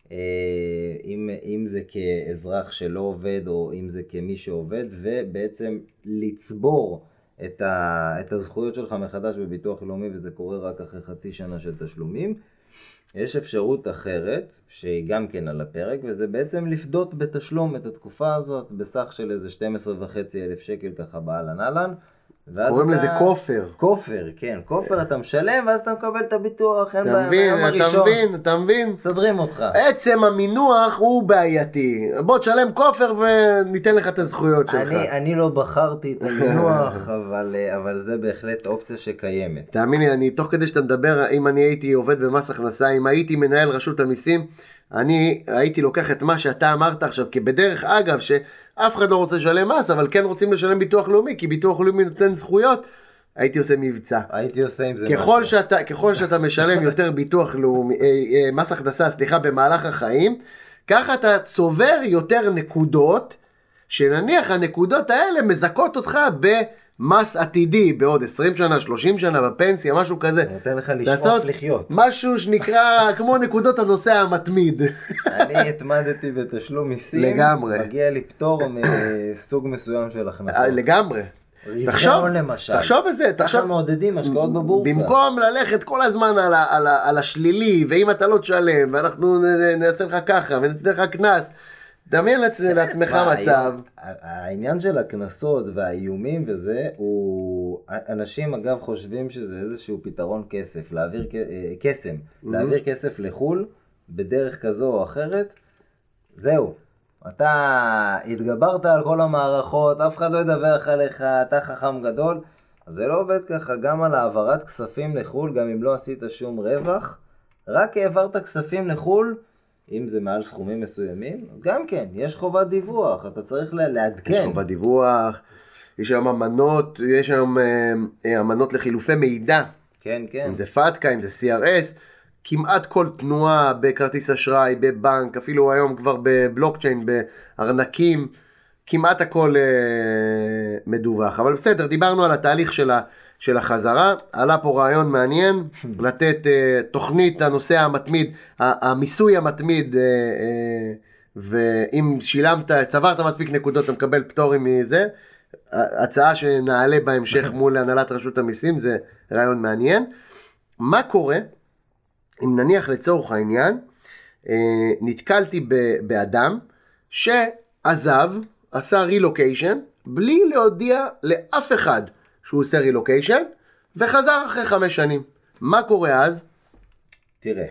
אם זה כאזרח שלא עובד או אם זה כמי שעובד, ובעצם לצבור את הזכויות שלך מחדש בביטוח לאומי, וזה קורה רק אחרי חצי שנה של תשלומים. יש אפשרות אחרת, שהיא גם כן על הפרק, וזה בעצם לפדות בתשלום את התקופה הזאת, בסך של איזה 12,500 שקל ככה באלן אלן. קוראים לזה כופר. כופר, כן, כופר אתה משלם, ואז אתה מקבל את הביטוח, אין ביום הראשון. אתה מבין? מסדרים אותך. עצם המינוח הוא בעייתי. בוא תשלם כופר וניתן לך את הזכויות שלך. אני לא בחרתי את המינוח, אבל זה בהחלט אופציה שקיימת. תאמין לי, אני תוך כדי שאתה מדבר, אם אני הייתי עובד במס הכנסה, אם הייתי מנהל רשות המיסים, אני הייתי לוקח את מה שאתה אמרת עכשיו, כי בדרך אגב שאף אחד לא רוצה לשלם מס, אבל כן רוצים לשלם ביטוח לאומי, כי ביטוח לאומי נותן זכויות, הייתי עושה מבצע. הייתי עושה עם זה ככל שאתה משלם יותר ביטוח לאומי, מס הכנסה, סליחה, במהלך החיים, ככה אתה צובר יותר נקודות, שנניח הנקודות האלה מזכות אותך במס עתידי, בעוד 20 שנה, 30 שנה, בפנסיה, משהו כזה. נותן לך לשאוף לחיות. משהו שנקרא כמו נקודות הנוסע המתמיד. אני התמדתי בתשלום מיסים. לגמרי. מגיע לי פטור מסוג מסוים של הכנסות. לגמרי. רווחי למשל. תחשוב על זה. ככה מעודדים השקעות בבורסה. במקום ללכת כל הזמן על השלילי, ואם אתה לא תשלם, ואנחנו נעשה לך ככה, וניתן לך כנס, דמיין לעצמך מצב. העניין של הכנסות והאיומים וזה, אנשים אגב חושבים שזה איזשהו פתרון כסף, להעביר כסף לחול, בדרך כזו או אחרת, זהו. אתה התגברת על כל המערכות, אף אחד לא ידווח עליך, אתה חכם גדול. אז זה לא עובד ככה, גם על העברת כספים לחול, גם אם לא עשית שום רווח, רק העברת כספים לחול, אם זה מעל סכומים מסוימים, גם כן, יש חובת דיווח, אתה צריך לעדכן. יש חובת דיווח, יש היום אמנות, יש היום אמנות לחילופי מידע. כן, כן. אם זה פאטקה, אם זה CRS, כמעט כל תנועה בכרטיס אשראי, בבנק, אפילו היום כבר בבלוקצ'יין, בארנקים, כמעט הכל מדווח. אבל בסדר, דיברנו על התהליך של החזרה, עלה פה רעיון מעניין, לתת תוכנית לנושא המתמיד, המיסוי המתמיד, ואם שילמת, צברת מספיק נקודות, אתה מקבל פטורים מזה, הצעה שנעלה בהמשך מול הנהלת רשות המיסים, זה רעיון מעניין. מה קורה? אם נניח לצורך העניין, נתקלתי באדם שעזב, עשה רילוקיישן, בלי להודיע לאף אחד שהוא עושה רילוקיישן, וחזר אחרי 5 שנים. מה קורה אז? תראה,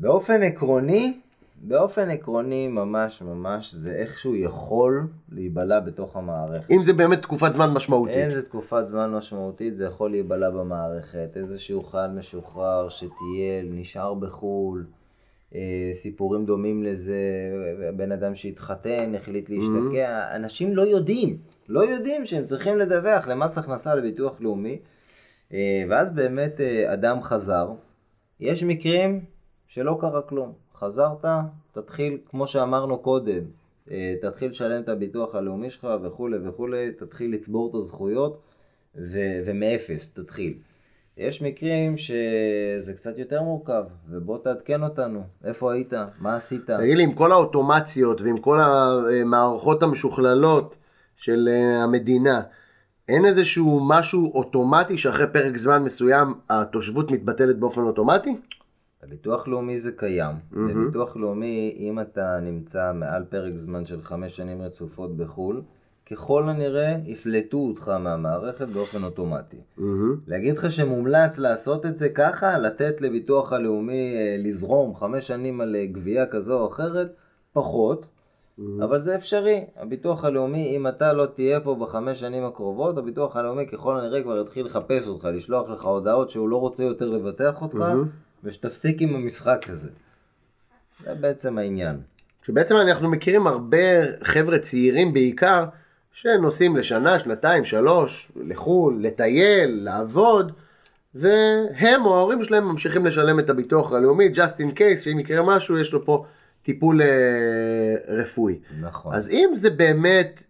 באופן עקרוני ממש זה איכשהו יכול להיבלה בתוך המערכת. אם זה באמת תקופת זמן משמעותית. אם זה תקופת זמן משמעותית, זה יכול להיבלה במערכת. איזשהו חייל משוחרר נשאר בחול, סיפורים דומים לזה, בן אדם שהתחתן, החליט להשתקע, אנשים לא יודעים שהם צריכים לדווח למס הכנסה לביטוח לאומי, ואז באמת אדם חזר. יש מקרים שלא קרה כלום. חזרת, תתחיל, כמו שאמרנו קודם, תתחיל לשלם את הביטוח הלאומי שלך וכו', תתחיל לצבור את הזכויות, ומאפס תתחיל. יש מקרים שזה קצת יותר מורכב, ובוא תעדכן אותנו, איפה היית, מה עשית? תגיד לי, עם כל האוטומציות ועם כל המערכות המשוכללות של המדינה, אין איזשהו משהו אוטומטי שאחרי פרק זמן מסוים התושבות מתבטלת באופן אוטומטי? בביטוח לאומי זה קיים. בביטוח לאומי, אם אתה נמצא מעל פרק זמן של 5 שנים רצופות בחול, ככל הנראה יפלטו אותך מהמערכת באופן אוטומטי. להגיד לך שמומלץ לעשות את זה ככה, לתת לביטוח הלאומי לזרום 5 שנים על גבייה כזו או אחרת, פחות, אבל זה אפשרי. הביטוח הלאומי, אם אתה לא תהיה פה ב5 שנים הקרובות, הביטוח הלאומי ככל הנראה כבר יתחיל לחפש אותך, לשלוח לך הודעות שהוא לא רוצה יותר לבטח אותך, ושתפסיק עם המשחק הזה. זה בעצם העניין. שבעצם אנחנו מכירים הרבה חבר'ה צעירים בעיקר, שנוסעים לשנה, 2, 3, לחול, לטייל, לעבוד, והם או ההורים שלהם ממשיכים לשלם את הביטוח הלאומי, just in case, שאם יקרה משהו, יש לו פה טיפול רפואי. נכון. אז אם זה באמת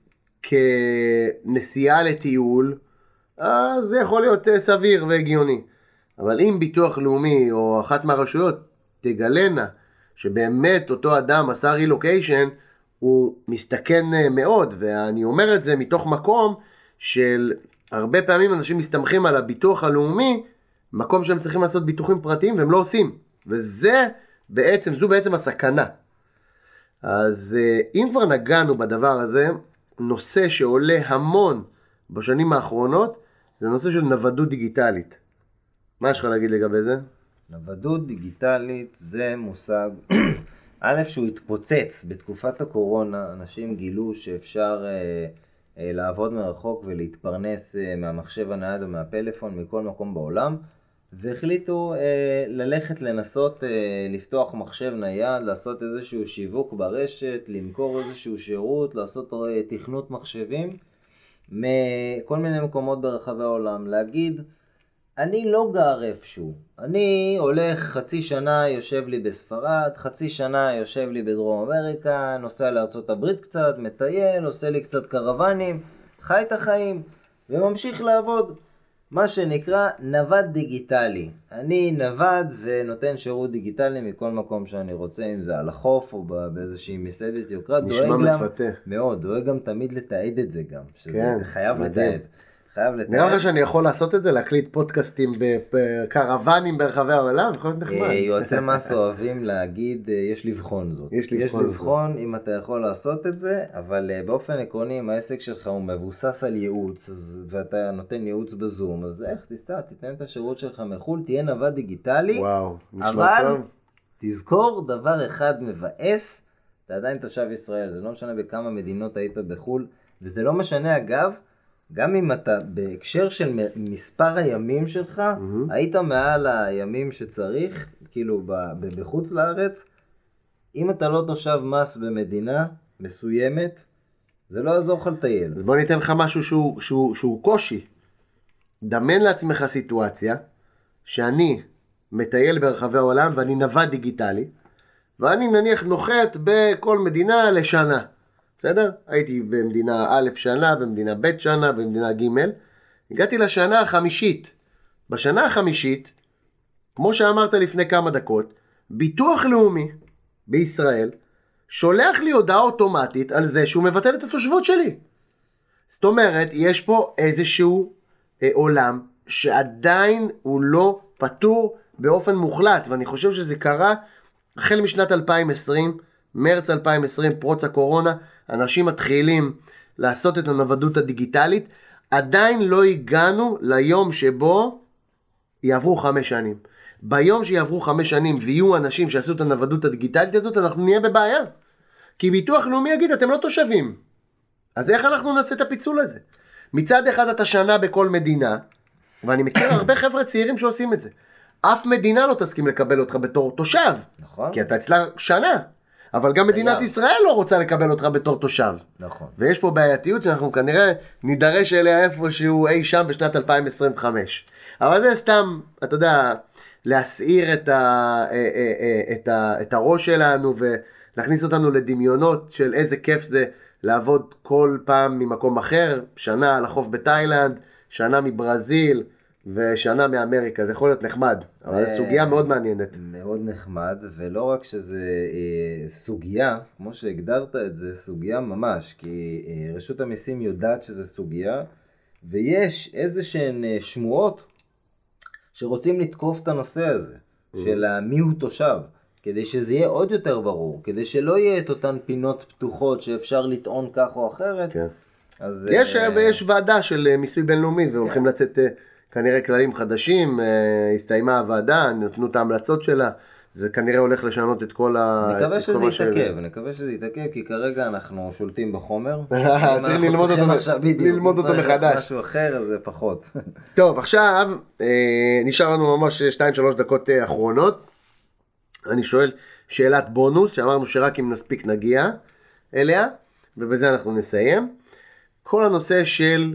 כנסיעה לטיול, אז זה יכול להיות סביר והגיוני. אבל אם ביטוח לאומי או אחת מהרשויות תגלנה שבאמת אותו אדם עשה רילוקיישן, הוא מסתכן מאוד, ואני אומר את זה מתוך מקום של הרבה פעמים אנשים מסתמכים על הביטוח הלאומי, מקום שהם צריכים לעשות ביטוחים פרטיים והם לא עושים, זו בעצם הסכנה. אז אם כבר נגענו בדבר הזה, נושא שעולה המון בשנים האחרונות, זה נושא של נוודות דיגיטלית. מה יש לך להגיד לגבי זה? נוודות דיגיטלית זה מושג, א' שהוא התפוצץ בתקופת הקורונה, אנשים גילו שאפשר לעבוד מרחוק ולהתפרנס מהמחשב הנייד או מהפלאפון מכל מקום בעולם, והחליטו ללכת לנסות לפתוח מחשב נייד, לעשות איזשהו שיווק ברשת, למכור איזשהו שירות, לעשות תכנות מחשבים מכל מיני מקומות ברחבי העולם, להגיד אני לא גר איפשהו, אני הולך חצי שנה יושב לי בספרד, חצי שנה יושב לי בדרום אמריקה, נוסע לארצות הברית קצת, מטייל, עושה לי קצת קרוונים, חי את החיים וממשיך לעבוד. מה שנקרא נווד דיגיטלי. אני נווד ונותן שירות דיגיטלי מכל מקום שאני רוצה, אם זה על החוף או באיזושהי מסעדת יוקרה. נשמע מפתה. מאוד, דואג גם תמיד לתעד את זה גם, שזה כן, חייב לתעד. חייב לתאם. נראה לך שאני יכול לעשות את זה, להקליט פודקאסטים בקרוונים ברחבי העולם, יכול להיות נחמד. יועצי מס אוהבים להגיד, יש לבחון זאת. יש לבחון אם אתה יכול לעשות את זה, אבל באופן עקרוני, אם העסק שלך הוא מבוסס על ייעוץ, ואתה נותן ייעוץ בזום, אז לך תיסע, תיתן את השירות שלך מחול, תהיה נווד דיגיטלי. וואו, נשמע טוב. אבל תזכור דבר אחד מבאס, אתה עדיין תושב ישראל, זה לא משנה בכמה מדינות היית בחול, וזה לא משנה אגב, גם אם אתה בהקשר של מספר הימים שלך, היית מעל הימים שצריך, כאילו בחוץ לארץ, אם אתה לא תושב מס במדינה מסוימת, זה לא יעזור לך לטייל. אז בוא ניתן לך משהו שהוא קושי. דמיין לעצמך סיטואציה, שאני מטייל ברחבי העולם ואני נווד דיגיטלי, ואני נניח נוחת בכל מדינה לשנה. בסדר? הייתי במדינה א' שנה, במדינה ב' שנה, במדינה ג'. הגעתי לשנה החמישית. בשנה החמישית, כמו שאמרת לפני כמה דקות, ביטוח לאומי בישראל שולח לי הודעה אוטומטית על זה שהוא מבטל את התושבות שלי. זאת אומרת, יש פה איזשהו עולם שעדיין הוא לא פתור באופן מוחלט, ואני חושב שזה קרה החל משנת 2020, מרץ 2020, פרוץ הקורונה, אנשים מתחילים לעשות את הנוודות הדיגיטלית, עדיין לא הגענו ליום שבו יעברו 5 שנים. ביום שיעברו 5 שנים ויהיו אנשים שעשו את הנוודות הדיגיטלית הזאת, אנחנו נהיה בבעיה. כי ביטוח לאומי יגיד, אתם לא תושבים. אז איך אנחנו נעשה את הפיצול הזה? מצד אחד אתה שנה בכל מדינה, ואני מכיר הרבה חבר'ה צעירים שעושים את זה. אף מדינה לא תסכים לקבל אותך בתור תושב. נכון. כי אתה אצלה שנה. אבל גם מדינת ישראל לא רוצה לקבל אותך בתור תושב. נכון. ויש פה בעייתיות שאנחנו כנראה נידרש אליה איפשהו אי שם בשנת 2025. אבל זה סתם, אתה יודע, להסעיר את הראש שלנו ולהכניס אותנו לדמיונות של איזה כיף זה לעבוד כל פעם ממקום אחר, שנה על החוף בתאילנד, שנה מברזיל ושנה מאמריקה. זה יכול להיות נחמד, אבל זו סוגיה מאוד מעניינת. מאוד נחמד, ולא רק שזה סוגיה, כמו שהגדרת את זה, סוגיה ממש, כי רשות המיסים יודעת שזה סוגיה, ויש איזה שהן שמועות שרוצים לתקוף את הנושא הזה, של מי הוא תושב, כדי שזה יהיה עוד יותר ברור, כדי שלא יהיה את אותן פינות פתוחות שאפשר לטעון כך או אחרת. כן. אז יש ועדה של מיסוי בינלאומי, והולכים לצאת כנראה כללים חדשים, הסתיימה הוועדה, נתנו את ההמלצות שלה, זה כנראה הולך לשנות את כל נקווה שזה יתעכב, כי כרגע אנחנו שולטים בחומר. צריך ללמוד אותו מחדש. משהו אחר, זה פחות. טוב, עכשיו, נשאר לנו ממש 2-3 דקות אחרונות. אני שואל שאלת בונוס, שאמרנו שרק אם נספיק נגיע אליה, ובזה אנחנו נסיים. כל הנושא של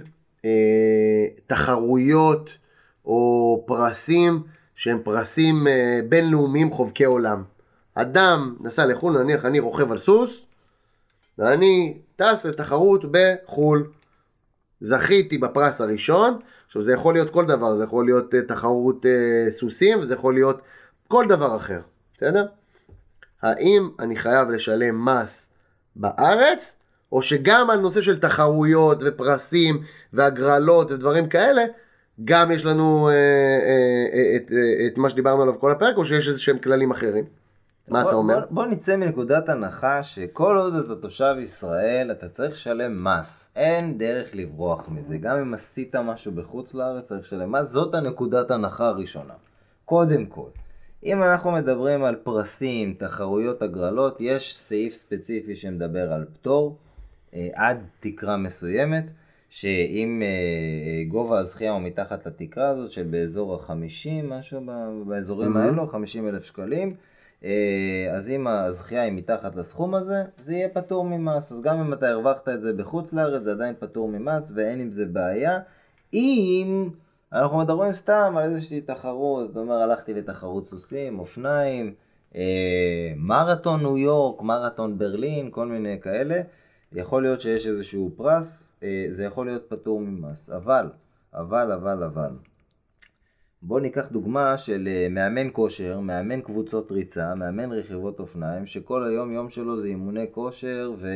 תחרויות או פרסים שהם פרסים בינלאומיים חובקי עולם. אדם נסע לחו"ל, נניח אני רוכב על סוס ואני טס לתחרות בחו"ל, זכיתי בפרס הראשון. עכשיו זה יכול להיות כל דבר, זה יכול להיות תחרות סוסים וזה יכול להיות כל דבר אחר, בסדר? האם אני חייב לשלם מס בארץ, או שגם על נושא של תחרויות ופרסים והגרלות ודברים כאלה, גם יש לנו את מה שדיברנו עליו כל הפרק, או שיש איזה שהם כללים אחרים? מה אתה אומר? בוא נצא מנקודת הנחה שכל עוד אתה תושב ישראל, אתה צריך לשלם מס. אין דרך לברוח מזה. גם אם עשית משהו בחוץ לארץ, צריך לשלם מס. זאת הנקודת הנחה הראשונה. קודם כל, אם אנחנו מדברים על פרסים, תחרויות, הגרלות, יש סעיף ספציפי שמדבר על פטור, עד תקרה מסוימת, שאם גובה הזכייה הוא מתחת לתקרה הזאת, שבאזור ה-50, משהו באזורים האלו, 50,000 שקלים, אז אם הזכייה היא מתחת לסכום הזה, זה יהיה פטור ממס. אז גם אם אתה הרווחת את זה בחוץ לארץ, זה עדיין פטור ממס, ואין עם זה בעיה. אם אנחנו מדברים סתם על איזושהי תחרות, זאת אומרת, הלכתי לתחרות סוסים, אופניים, מרתון ניו יורק, מרתון ברלין, כל מיני כאלה, יכול להיות שיש איזשהו פרס, זה יכול להיות פטור ממס. אבל, בוא ניקח דוגמה של מאמן כושר, מאמן קבוצות ריצה, מאמן רכיבות אופניים, שכל היום יום שלו זה אימוני כושר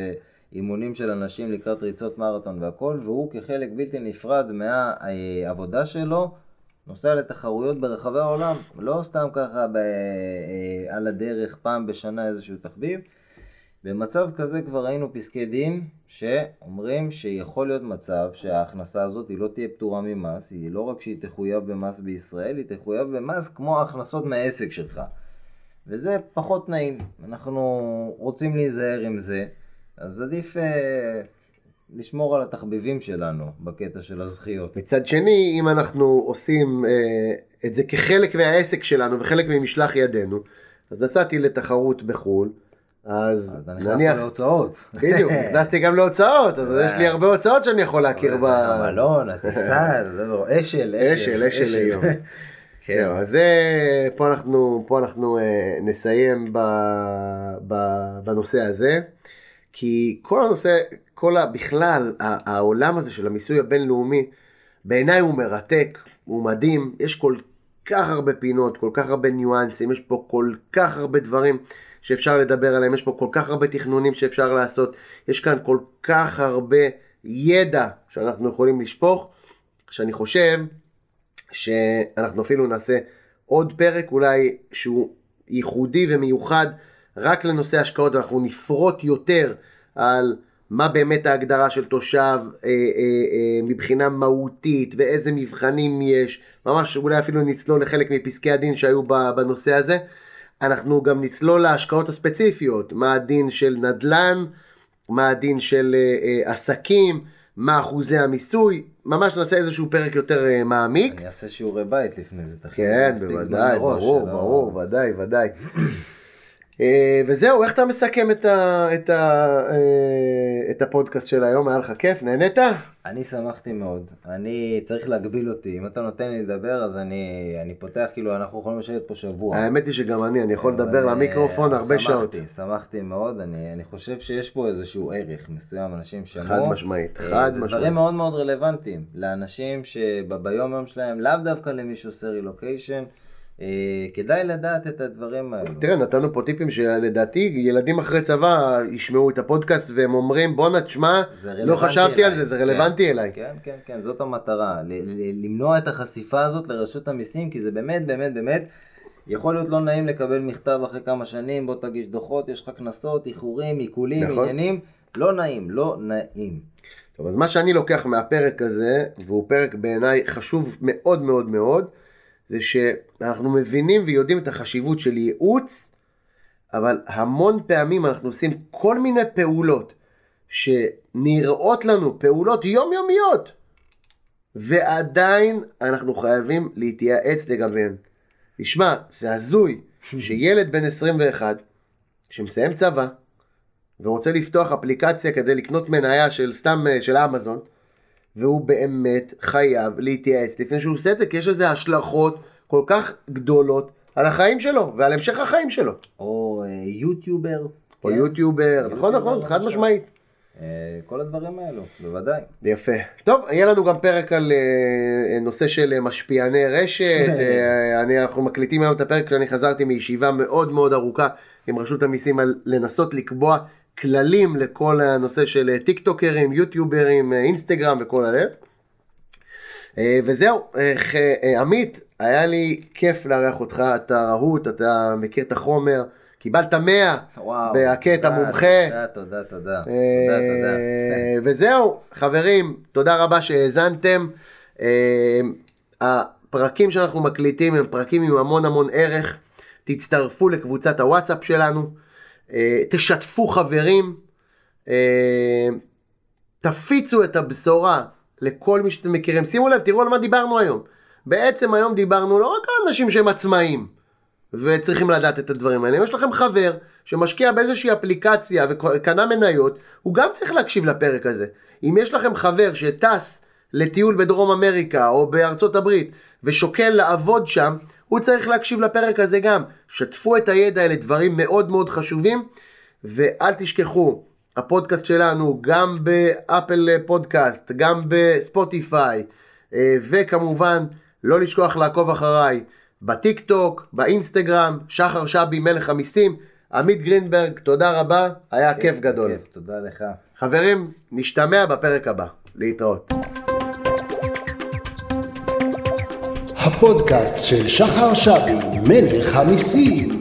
אימונים של אנשים לקראת ריצות מרתון והכל, והוא כחלק בלתי נפרד מהעבודה שלו, נוסע לתחרויות ברחבי העולם, לא סתם ככה על הדרך פעם בשנה איזשהו תחביב. במצב כזה כבר ראינו פסקי דין שאומרים שיכול להיות מצב שההכנסה הזאת היא לא תהיה פטורה ממס, היא לא רק שהיא תחויב במס בישראל, היא תחויב במס כמו ההכנסות מהעסק שלך. וזה פחות נעים, אנחנו רוצים להיזהר עם זה, אז עדיף לשמור על התחביבים שלנו בקטע של הזכיות. מצד שני, אם אנחנו עושים את זה כחלק מהעסק שלנו וחלק ממשלח ידינו, אז נסעתי לתחרות בחול, אז אתה נכנסת להוצאות. בדיוק, נכנסתי גם להוצאות, אז יש לי הרבה הוצאות שאני יכול להכיר ב... המלון, הטיסה, אשל היום. אז פה אנחנו נסיים בנושא הזה, כי כל הנושא, בכלל העולם הזה של המיסוי הבינלאומי, בעיניי הוא מרתק, הוא מדהים, יש כל כך הרבה פינות, כל כך הרבה ניואנסים, יש פה כל כך הרבה דברים שאפשר לדבר עליהם, יש פה כל כך הרבה תכנונים שאפשר לעשות, יש כאן כל כך הרבה ידע שאנחנו יכולים לשפוך, שאני חושב שאנחנו אפילו נעשה עוד פרק אולי שהוא ייחודי ומיוחד רק לנושא השקעות, ואנחנו נפרוט יותר על מה באמת ההגדרה של תושב מבחינה מהותית ואיזה מבחנים יש, ממש אולי אפילו נצלול לחלק מפסקי הדין שהיו בנושא הזה. אנחנו גם נצלול להשקעות הספציפיות, מה הדין של נדל"ן, מה הדין של עסקים, מה אחוזי המיסוי, ממש נעשה איזשהו פרק יותר מעמיק. אני אעשה שיעורי בית לפני זה. כן, בוודאי, ברור, ודאי. וזהו, איך אתה מסכם את הפודקאסט של היום? היה לך כיף? נהנית? אני שמחתי מאוד. אני צריך להגביל אותי. אם אתה נותן לי לדבר, אז אני פותח, כאילו אנחנו יכולים לשבת פה שבוע. האמת היא שגם אני יכול לדבר למיקרופון הרבה שעות. שמחתי מאוד. אני חושב שיש פה איזשהו ערך מסוים, אנשים שמעו. חד משמעית. זה דברים מאוד מאוד רלוונטיים לאנשים שביום יום שלהם, לאו דווקא למי שעושה רילוקיישן, כדאי לדעת את הדברים האלו. תראה, נתנו פה טיפים שלדעתי ילדים אחרי צבא ישמעו את הפודקאסט והם אומרים בוא נשמע, לא חשבתי על זה, זה רלוונטי אליי. כן, זאת המטרה, למנוע את החשיפה הזאת לרשות המיסים, כי זה באמת יכול להיות לא נעים לקבל מכתב אחרי כמה שנים, בוא תגיש דוחות, יש לך כנסות, איחורים, עיקולים, עניינים, לא נעים. טוב, אז מה שאני לוקח מהפרק הזה, והוא פרק בעיניי חשוב מאוד מאוד מאוד, זה שאנחנו מבינים ויודעים את החשיבות של ייעוץ, אבל המון פעמים אנחנו עושים כל מיני פעולות שנראות לנו פעולות יומיומיות, ועדיין אנחנו חייבים להתייעץ לגביהן. תשמע, זה הזוי שילד בן 21 שמסיים צבא ורוצה לפתוח אפליקציה כדי לקנות מניה של אמזון, והוא באמת חייב להתייעץ לפני שהוא עושה את זה, כי יש לזה השלכות כל כך גדולות על החיים שלו ועל המשך החיים שלו. או יוטיובר. נכון, חד משמעית. כל הדברים האלו, בוודאי. יפה. טוב, יהיה לנו גם פרק על נושא של משפיעני רשת. אנחנו מקליטים היום את הפרק כשאני חזרתי מישיבה מאוד מאוד ארוכה עם רשות המיסים על לנסות לקבוע כללים לכל הנושא של טיקטוקרים, יוטיוברים, אינסטגרם וכל הלב. וזהו, עמית, היה לי כיף לארח אותך, אתה רהוט, אתה מכיר את החומר, קיבלת 100 בהקטע מומחה. תודה. וזהו, חברים, תודה רבה שהאזנתם. הפרקים שאנחנו מקליטים הם פרקים עם המון ערך. תצטרפו לקבוצת הוואטסאפ שלנו, תשתפו חברים, תפיצו את הבשורה לכל מי שאתם מכירים. שימו לב, תראו על מה דיברנו היום. בעצם היום דיברנו לא רק על אנשים שהם עצמאים וצריכים לדעת את הדברים האלה. אם יש לכם חבר שמשקיע באיזושהי אפליקציה וקנה מניות, הוא גם צריך להקשיב לפרק הזה. אם יש לכם חבר שטס לטיול בדרום אמריקה או בארצות הברית ושוקל לעבוד שם, הוא צריך להקשיב לפרק הזה גם. שתפו את הידע, אלה דברים מאוד מאוד חשובים, ואל תשכחו, הפודקאסט שלנו גם באפל פודקאסט, גם בספוטיפיי, וכמובן לא לשכוח לעקוב אחריי בטיק טוק, באינסטגרם, שחר שבי מלך המיסים. עמית גרינברג, תודה רבה, היה כיף גדול. תודה לך. חברים, נשתמע בפרק הבא. להתראות. הפודקאסט של שחר שבי, מלך המיסים.